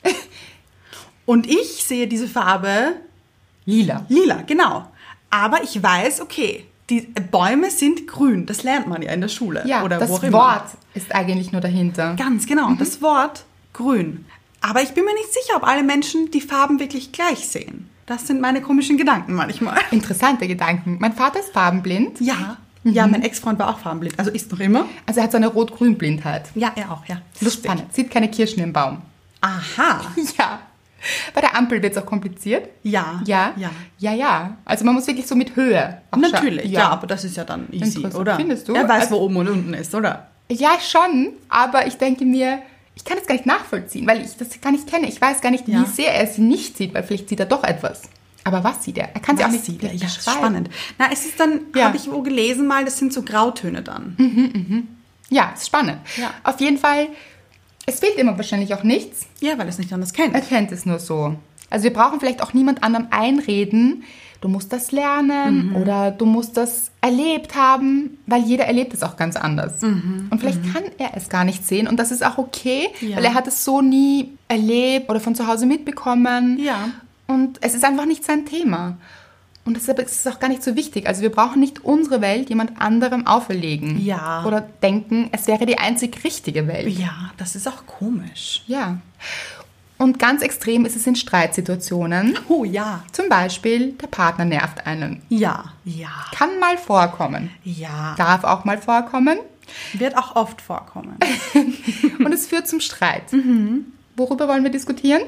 Und ich sehe diese Farbe lila. Lila, genau. Aber ich weiß, okay, die Bäume sind grün. Das lernt man ja in der Schule. Ja, oder das wo auch immer. Wort ist eigentlich nur dahinter. Ganz genau, mhm. das Wort grün. Aber ich bin mir nicht sicher, ob alle Menschen die Farben wirklich gleich sehen. Das sind meine komischen Gedanken manchmal. Interessante Gedanken. Mein Vater ist farbenblind. Ja, mhm. ja, mein Ex-Freund war auch farbenblind. Also ist noch immer. Also er hat so eine Rot-Grün-Blindheit. Ja, er auch, ja. Lustig. Sieht keine Kirschen im Baum. Aha. Ja. Bei der Ampel wird es auch kompliziert. Ja. Ja. Ja, ja. ja. Also man muss wirklich so mit Höhe. Natürlich, ja. ja, aber das ist ja dann easy, oder? Findest du? Er weiß, also, wo oben und unten ist, oder? Ja, schon. Aber ich denke mir, ich kann das gar nicht nachvollziehen, weil ich das gar nicht kenne. Ich weiß gar nicht, ja. wie sehr er sie nicht sieht, weil vielleicht sieht er doch etwas. Aber was sieht er? Er kann sie auch nicht sieht er? Ja, spannend. Na, es ist dann, ja. habe ich wo gelesen mal, das sind so Grautöne dann. Mhm, mhm. Ja, ist spannend. Ja. Auf jeden Fall, es fehlt immer wahrscheinlich auch nichts. Ja, weil er es nicht anders kennt. Er kennt es nur so. Also wir brauchen vielleicht auch niemand anderem einreden, du musst das lernen mhm. oder du musst das erlebt haben, weil jeder erlebt es auch ganz anders. Mhm. Und vielleicht mhm. kann er es gar nicht sehen und das ist auch okay, ja. weil er hat es so nie erlebt oder von zu Hause mitbekommen. Ja. Und es ist einfach nicht sein Thema. Und deshalb ist es auch gar nicht so wichtig. Also wir brauchen nicht unsere Welt jemand anderem auferlegen. Ja. Oder denken, es wäre die einzig richtige Welt. Ja, das ist auch komisch. Ja. Und ganz extrem ist es in Streitsituationen. Oh ja. Zum Beispiel, der Partner nervt einen. Ja. Ja. Kann mal vorkommen. Ja. Darf auch mal vorkommen. Wird auch oft vorkommen. Und es führt zum Streit. Mhm. Worüber wollen wir diskutieren?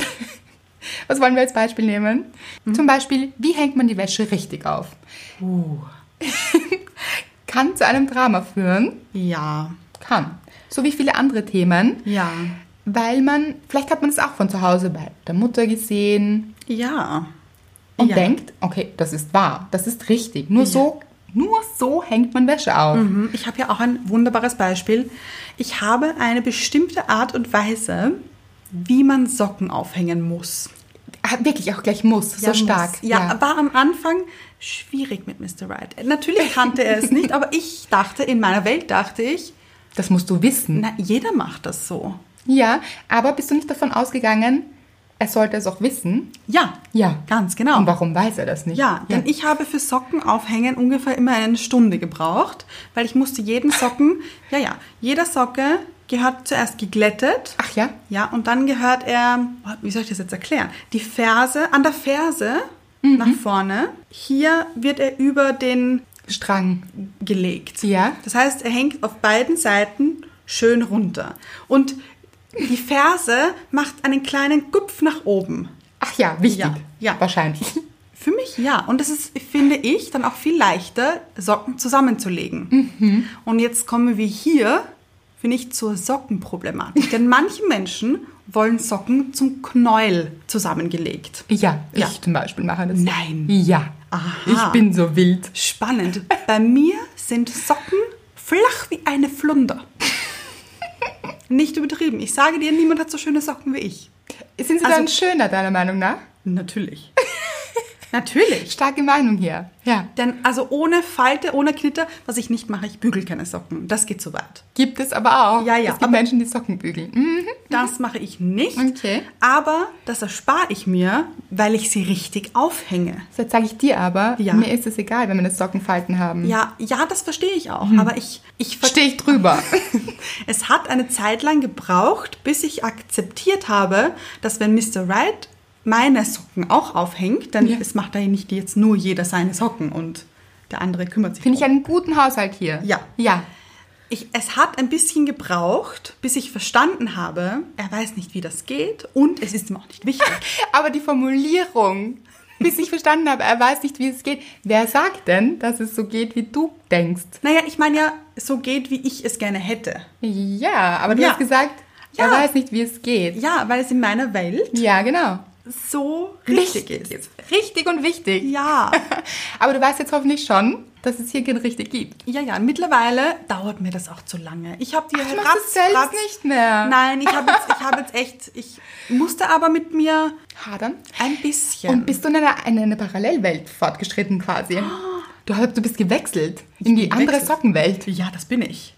Was wollen wir als Beispiel nehmen? Mhm. Zum Beispiel, wie hängt man die Wäsche richtig auf? Uh. Kann zu einem Drama führen. Ja. Kann. So wie viele andere Themen. Ja. Weil man, vielleicht hat man es auch von zu Hause bei der Mutter gesehen. Ja. Und ja. denkt, okay, das ist wahr, das ist richtig. Nur, ja. so, nur so hängt man Wäsche auf. Mhm. Ich habe ja auch ein wunderbares Beispiel. Ich habe eine bestimmte Art und Weise, wie man Socken aufhängen muss. Wirklich auch gleich muss, ja, so stark. Ja, ja, war am Anfang schwierig mit Mister Right. Natürlich kannte er es nicht, aber ich dachte, in meiner Welt dachte ich, das musst du wissen. Na, jeder macht das so. Ja, aber bist du nicht davon ausgegangen, er sollte es auch wissen? Ja, ja, ganz genau. Und warum weiß er das nicht? Ja, denn ja. ich habe für Socken aufhängen ungefähr immer eine Stunde gebraucht, weil ich musste jeden Socken, ja, ja, jeder Socke gehört zuerst geglättet. Ach ja? Ja, und dann gehört er, wie soll ich das jetzt erklären? Die Ferse, an der Ferse mhm. nach vorne, hier wird er über den Strang gelegt. Ja. Das heißt, er hängt auf beiden Seiten schön runter. Und die Ferse macht einen kleinen Gupf nach oben. Ach ja, wichtig. Ja, ja. Wahrscheinlich. Für mich ja. Und das ist, finde ich, dann auch viel leichter, Socken zusammenzulegen. Mhm. Und jetzt kommen wir hier, finde ich, zur Sockenproblematik. Denn manche Menschen wollen Socken zum Knäuel zusammengelegt. Ja, ja. Ich zum Beispiel mache das. Nein. Ja. Aha. Ich bin so wild. Spannend. Bei mir sind Socken flach wie eine Flunder. Nicht übertrieben. Ich sage dir, niemand hat so schöne Socken wie ich. Sind sie also, dann schöner, deiner Meinung nach? Natürlich. Natürlich. Starke Meinung hier. Ja. Denn also ohne Falte, ohne Knitter, was ich nicht mache, ich bügel keine Socken. Das geht zu weit. Gibt es aber auch. Ja, ja, Es gibt aber- Menschen, die Socken bügeln. Mhm. Das mache ich nicht. Okay. Aber das erspare ich mir, weil ich sie richtig aufhänge. So, jetzt sage ich dir aber, Ja. mir ist es egal, wenn wir eine Sockenfalten haben. Ja, ja, das verstehe ich auch. Aber ich, ich ver- Stehe ich drüber. Es hat eine Zeit lang gebraucht, bis ich akzeptiert habe, dass wenn Mister Right meine Socken auch aufhängt, dann Ja. es macht da ja nicht jetzt nur jeder seine Socken und der andere kümmert sich Finde ich drum. einen guten Haushalt hier. Ja. Ja. Ich, es hat ein bisschen gebraucht, bis ich verstanden habe, er weiß nicht, wie das geht und es ist ihm auch nicht wichtig. Aber die Formulierung, bis ich verstanden habe, er weiß nicht, wie es geht. Wer sagt denn, dass es so geht, wie du denkst? Naja, ich meine ja, so geht, wie ich es gerne hätte. Ja, aber du Ja. hast gesagt, Ja. er weiß nicht, wie es geht. Ja, weil es in meiner Welt Ja, genau. so richtig ist. Richtig und wichtig. Ja. Aber du weißt jetzt hoffentlich schon, dass es hier kein richtig gibt. Ja, ja, mittlerweile dauert mir das auch zu lange. Ich habe die Ach, du machst es selbst nicht mehr. Nein, ich habe jetzt, ich hab jetzt echt, ich musste aber mit mir Hadern. ein bisschen. Und bist du in einer, in einer Parallelwelt fortgeschritten quasi? Du, hast- du bist gewechselt in die bin andere gewechselt. Sockenwelt. Ja, das bin ich.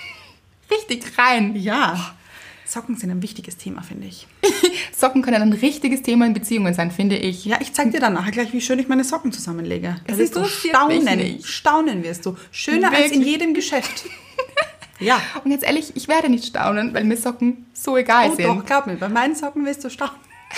Richtig rein. Ja. Socken sind ein wichtiges Thema, finde ich. Socken können ein richtiges Thema in Beziehungen sein, finde ich. Ja, ich zeig dir dann nachher gleich, wie schön ich meine Socken zusammenlege. Da Es wirst du interessiert staunen. mich nicht. Staunen wirst du. Schöner als in Wirklich? jedem Geschäft. Ja. Und jetzt ehrlich, ich werde nicht staunen, weil mir Socken so egal Oh sind. doch, glaub mir, bei meinen Socken wirst du staunen.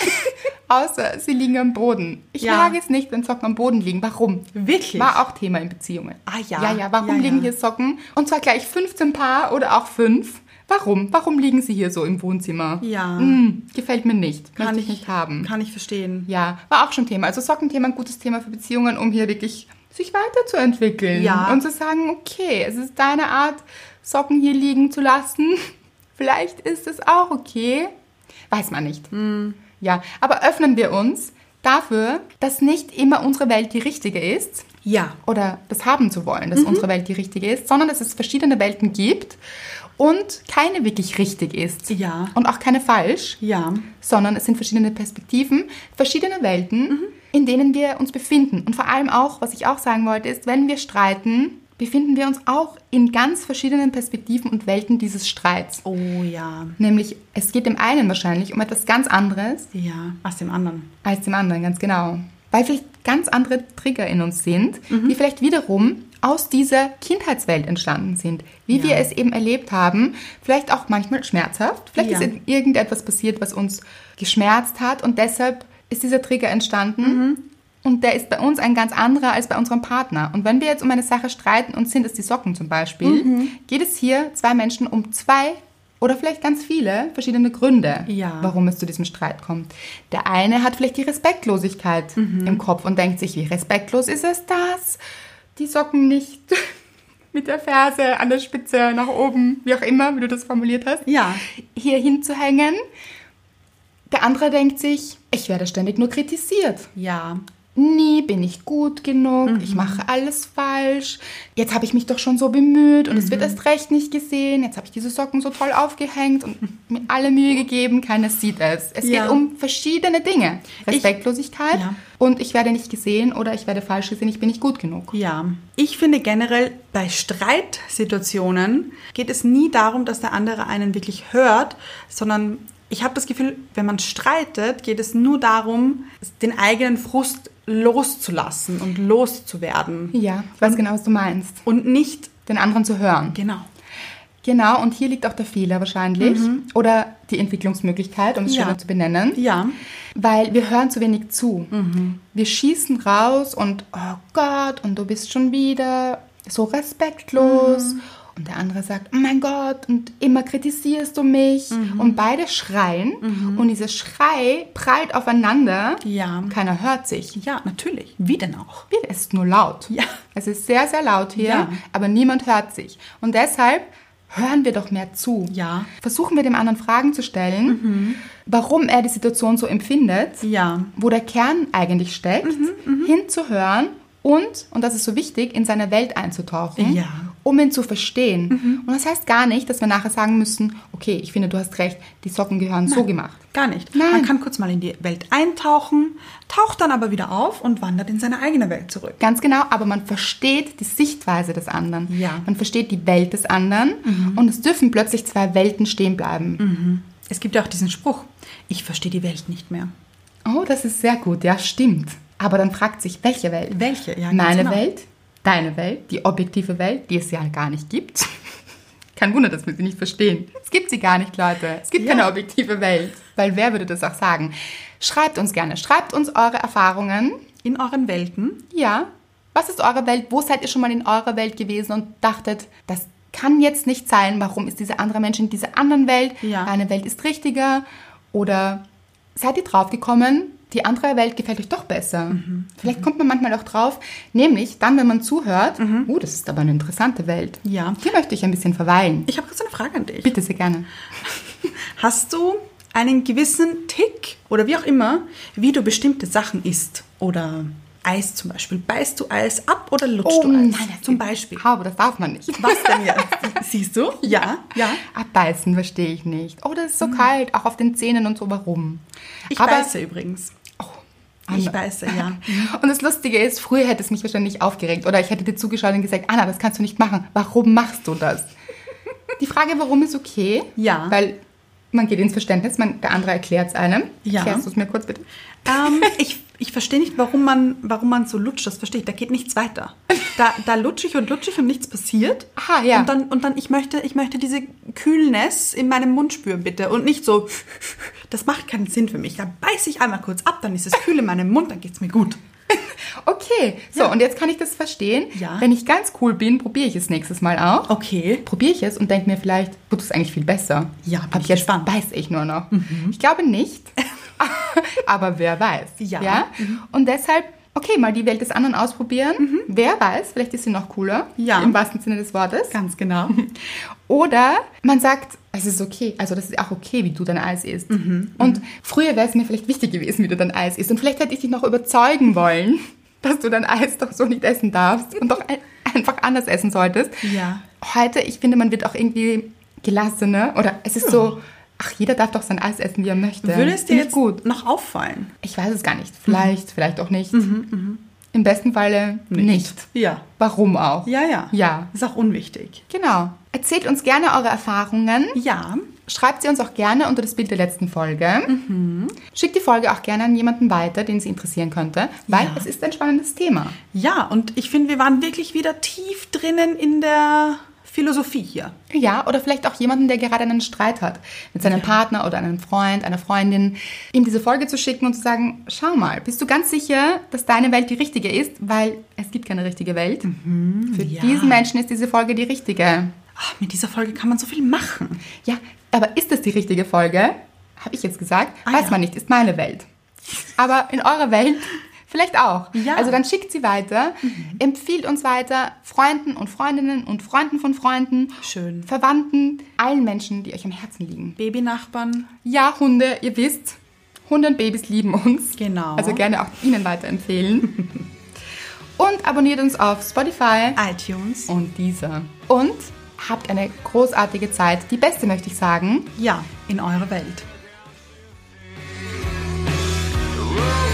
Außer sie liegen am Boden. Ich Ja. mag es nicht, wenn Socken am Boden liegen. Warum? Wirklich? War auch Thema in Beziehungen. Ah, ja. Ja, ja, warum Ja, ja. liegen hier Socken? Und zwar gleich fünfzehn Paar oder auch fünf. Warum? Warum liegen sie hier so im Wohnzimmer? Ja. Hm, gefällt mir nicht. Kann Möchte ich ich nicht haben. Kann ich verstehen. Ja, war auch schon Thema. Also Sockenthema, ein gutes Thema für Beziehungen, um hier wirklich sich weiterzuentwickeln. Ja. Und zu sagen, okay, es ist deine Art, Socken hier liegen zu lassen. Vielleicht ist es auch okay. Weiß man nicht. Ja, aber öffnen wir uns dafür, dass nicht immer unsere Welt die richtige ist. Ja. Oder das haben zu wollen, dass unsere Welt die richtige ist, sondern dass es verschiedene Welten gibt und keine wirklich richtig ist. Ja. Und auch keine falsch. Ja. Sondern es sind verschiedene Perspektiven, verschiedene Welten, in denen wir uns befinden. Und vor allem auch, was ich auch sagen wollte, ist, wenn wir streiten, befinden wir uns auch in ganz verschiedenen Perspektiven und Welten dieses Streits. Oh ja. Nämlich, es geht dem einen wahrscheinlich um etwas ganz anderes Ja. Aus dem anderen. als dem anderen, ganz genau. Weil vielleicht ganz andere Trigger in uns sind, die vielleicht wiederum aus dieser Kindheitswelt entstanden sind. Wie Ja. wir es eben erlebt haben, vielleicht auch manchmal schmerzhaft. Vielleicht Ja. ist irgendetwas passiert, was uns geschmerzt hat und deshalb ist dieser Trigger entstanden. Und der ist bei uns ein ganz anderer als bei unserem Partner. Und wenn wir jetzt um eine Sache streiten und sind es die Socken zum Beispiel, geht es hier zwei Menschen um zwei oder vielleicht ganz viele verschiedene Gründe, Ja. warum es zu diesem Streit kommt. Der eine hat vielleicht die Respektlosigkeit im Kopf und denkt sich, wie respektlos ist es das, die Socken nicht mit der Ferse an der Spitze nach oben, wie auch immer, wie du das formuliert hast, Ja. hier hinzuhängen. Der andere denkt sich, ich werde ständig nur kritisiert. Ja. Nie bin ich gut genug, ich mache alles falsch. Jetzt habe ich mich doch schon so bemüht und es wird erst recht nicht gesehen. Jetzt habe ich diese Socken so toll aufgehängt und mir alle Mühe gegeben, keiner sieht es. Es Ja. geht um verschiedene Dinge. Respektlosigkeit Ja. und ich werde nicht gesehen oder ich werde falsch gesehen, ich bin nicht gut genug. Ja, ich finde generell, bei Streitsituationen geht es nie darum, dass der andere einen wirklich hört, sondern ich habe das Gefühl, wenn man streitet, geht es nur darum, den eigenen Frust loszulassen und loszuwerden. Ja, ich weiß genau, was du meinst. Und nicht, Den anderen zu hören. genau. Genau, und hier liegt auch der Fehler wahrscheinlich. Oder die Entwicklungsmöglichkeit, um es Ja. schöner zu benennen. Ja, Weil wir hören zu wenig zu. Wir schießen raus und, oh Gott, und du bist schon wieder so respektlos. Und der andere sagt, oh mein Gott, und immer kritisierst du mich. Und beide schreien. Und dieser Schrei prallt aufeinander. Ja. Keiner hört sich. ja, natürlich. Wie denn auch? Es ist nur laut. Ja. Es ist sehr, sehr laut hier, Ja. aber niemand hört sich. Und deshalb hören wir doch mehr zu. Ja. Versuchen wir dem anderen Fragen zu stellen, warum er die Situation so empfindet, Ja. wo der Kern eigentlich steckt, hinzuhören und, und das ist so wichtig, in seine Welt einzutauchen Ja. um ihn zu verstehen. Mhm. Und das heißt gar nicht, dass wir nachher sagen müssen, okay, ich finde, du hast recht, die Socken gehören Nein, so gemacht. Gar nicht. Nein. Man kann kurz mal in die Welt eintauchen, taucht dann aber wieder auf und wandert in seine eigene Welt zurück. Ganz genau, aber man versteht die Sichtweise des anderen. Ja. Man versteht die Welt des anderen mhm. und es dürfen plötzlich zwei Welten stehen bleiben. Mhm. Es gibt ja auch diesen Spruch, ich verstehe die Welt nicht mehr. Oh, das ist sehr gut, ja, stimmt. Aber dann fragt sich, welche Welt? Welche? Ja, ganz Meine genau. Welt, deine Welt, die objektive Welt, die es ja gar nicht gibt. Kein Wunder, dass wir sie nicht verstehen. Es gibt sie gar nicht, Leute. Es gibt Ja. keine objektive Welt. Weil wer würde das auch sagen? Schreibt uns gerne. Schreibt uns eure Erfahrungen. In euren Welten. Ja. Was ist eure Welt? Wo seid ihr schon mal in eurer Welt gewesen und dachtet, das kann jetzt nicht sein. Warum ist dieser andere Mensch in dieser anderen Welt? Ja. Meine Welt ist richtiger. Oder seid ihr draufgekommen, die andere Welt gefällt euch doch besser. Mhm. Vielleicht kommt man manchmal auch drauf, nämlich dann, wenn man zuhört, mhm. oh, das ist aber eine interessante Welt. Ja. Hier möchte ich ein bisschen verweilen. Ich habe kurz eine Frage an dich. Bitte sehr gerne. Hast du einen gewissen Tick oder wie auch immer, wie du bestimmte Sachen isst? Oder Eis zum Beispiel. Beißt du Eis ab oder lutschst Oh, du Eis? nein, das zum geht- Beispiel. Aber das darf man nicht. Was denn jetzt? Siehst du? Ja, ja. Abbeißen verstehe ich nicht. Oh, das ist so kalt, auch auf den Zähnen und so, warum? Ich Aber- beiße übrigens. Ich Anna. beiße, ja. Und das Lustige ist, früher hätte es mich wahrscheinlich aufgeregt oder ich hätte dir zugeschaut und gesagt, Anna, das kannst du nicht machen. Warum machst du das? Die Frage, warum, ist okay. Ja. Weil man geht ins Verständnis, man, der andere erklärt es einem. Ja. Erklärst du es mir kurz bitte? Ähm, ich ich verstehe nicht, warum man, warum man so lutscht. Das verstehe ich. Da geht nichts weiter. Da, da lutsche ich und lutsche ich und nichts passiert. Aha, ja. Und dann, und dann ich möchte, ich möchte diese Kühlness in meinem Mund spüren, bitte. Und nicht so, das macht keinen Sinn für mich. Da beiße ich einmal kurz ab, dann ist es kühl in meinem Mund, dann geht's mir gut. Okay, so Ja. und jetzt kann ich das verstehen. Ja. Wenn ich ganz cool bin, probiere ich es nächstes Mal auch. Okay. Probiere ich es und denke mir vielleicht, tut es eigentlich viel besser. Ja, bin Ab ich jetzt gespannt. beiß ich nur noch. Ich glaube nicht, aber wer weiß. Ja. Und deshalb, okay, mal die Welt des anderen ausprobieren. Wer weiß, vielleicht ist sie noch cooler. Ja. Im wahrsten Sinne des Wortes. Ganz genau. Oder man sagt, es ist okay, also das ist auch okay, wie du dein Eis isst. Und früher wäre es mir vielleicht wichtig gewesen, wie du dein Eis isst. Und vielleicht hätte ich dich noch überzeugen wollen, dass du dein Eis doch so nicht essen darfst und doch ein, einfach anders essen solltest. Ja. Heute, ich finde, man wird auch irgendwie gelassener. Oder es ist Ja. so, ach, jeder darf doch sein Eis essen, wie er möchte. Würde es dir Finde ich jetzt gut? noch auffallen? Ich weiß es gar nicht. Vielleicht, vielleicht auch nicht. Im besten Falle nicht. Ja. Warum auch? Ja, ja. Ja. Ist auch unwichtig. Genau. Erzählt uns gerne eure Erfahrungen. Ja. Schreibt sie uns auch gerne unter das Bild der letzten Folge. Schickt die Folge auch gerne an jemanden weiter, den sie interessieren könnte, weil Ja. es ist ein spannendes Thema. Ja, und ich finde, wir waren wirklich wieder tief drinnen in der Philosophie hier. Ja, oder vielleicht auch jemanden, der gerade einen Streit hat mit seinem Partner oder einem Freund, einer Freundin, ihm diese Folge zu schicken und zu sagen, schau mal, bist du ganz sicher, dass deine Welt die richtige ist? Weil es gibt keine richtige Welt. Für ja. diesen Menschen ist diese Folge die richtige. Ach, mit dieser Folge kann man so viel machen. Ja, aber ist es die richtige Folge? Habe ich jetzt gesagt. Ah, Weiß ja. man nicht, ist meine Welt. Aber in eurer Welt vielleicht auch. Ja. Also dann schickt sie weiter, empfiehlt uns weiter, Freunden und Freundinnen und Freunden von Freunden, Schön. Verwandten, allen Menschen, die euch am Herzen liegen. Babynachbarn. Ja, Hunde, ihr wisst, Hunde und Babys lieben uns. Genau. Also gerne auch ihnen weiterempfehlen. Und abonniert uns auf Spotify iTunes. und Deezer. Und habt eine großartige Zeit. Die beste, möchte ich sagen. Ja, in eurer Welt. Whoa.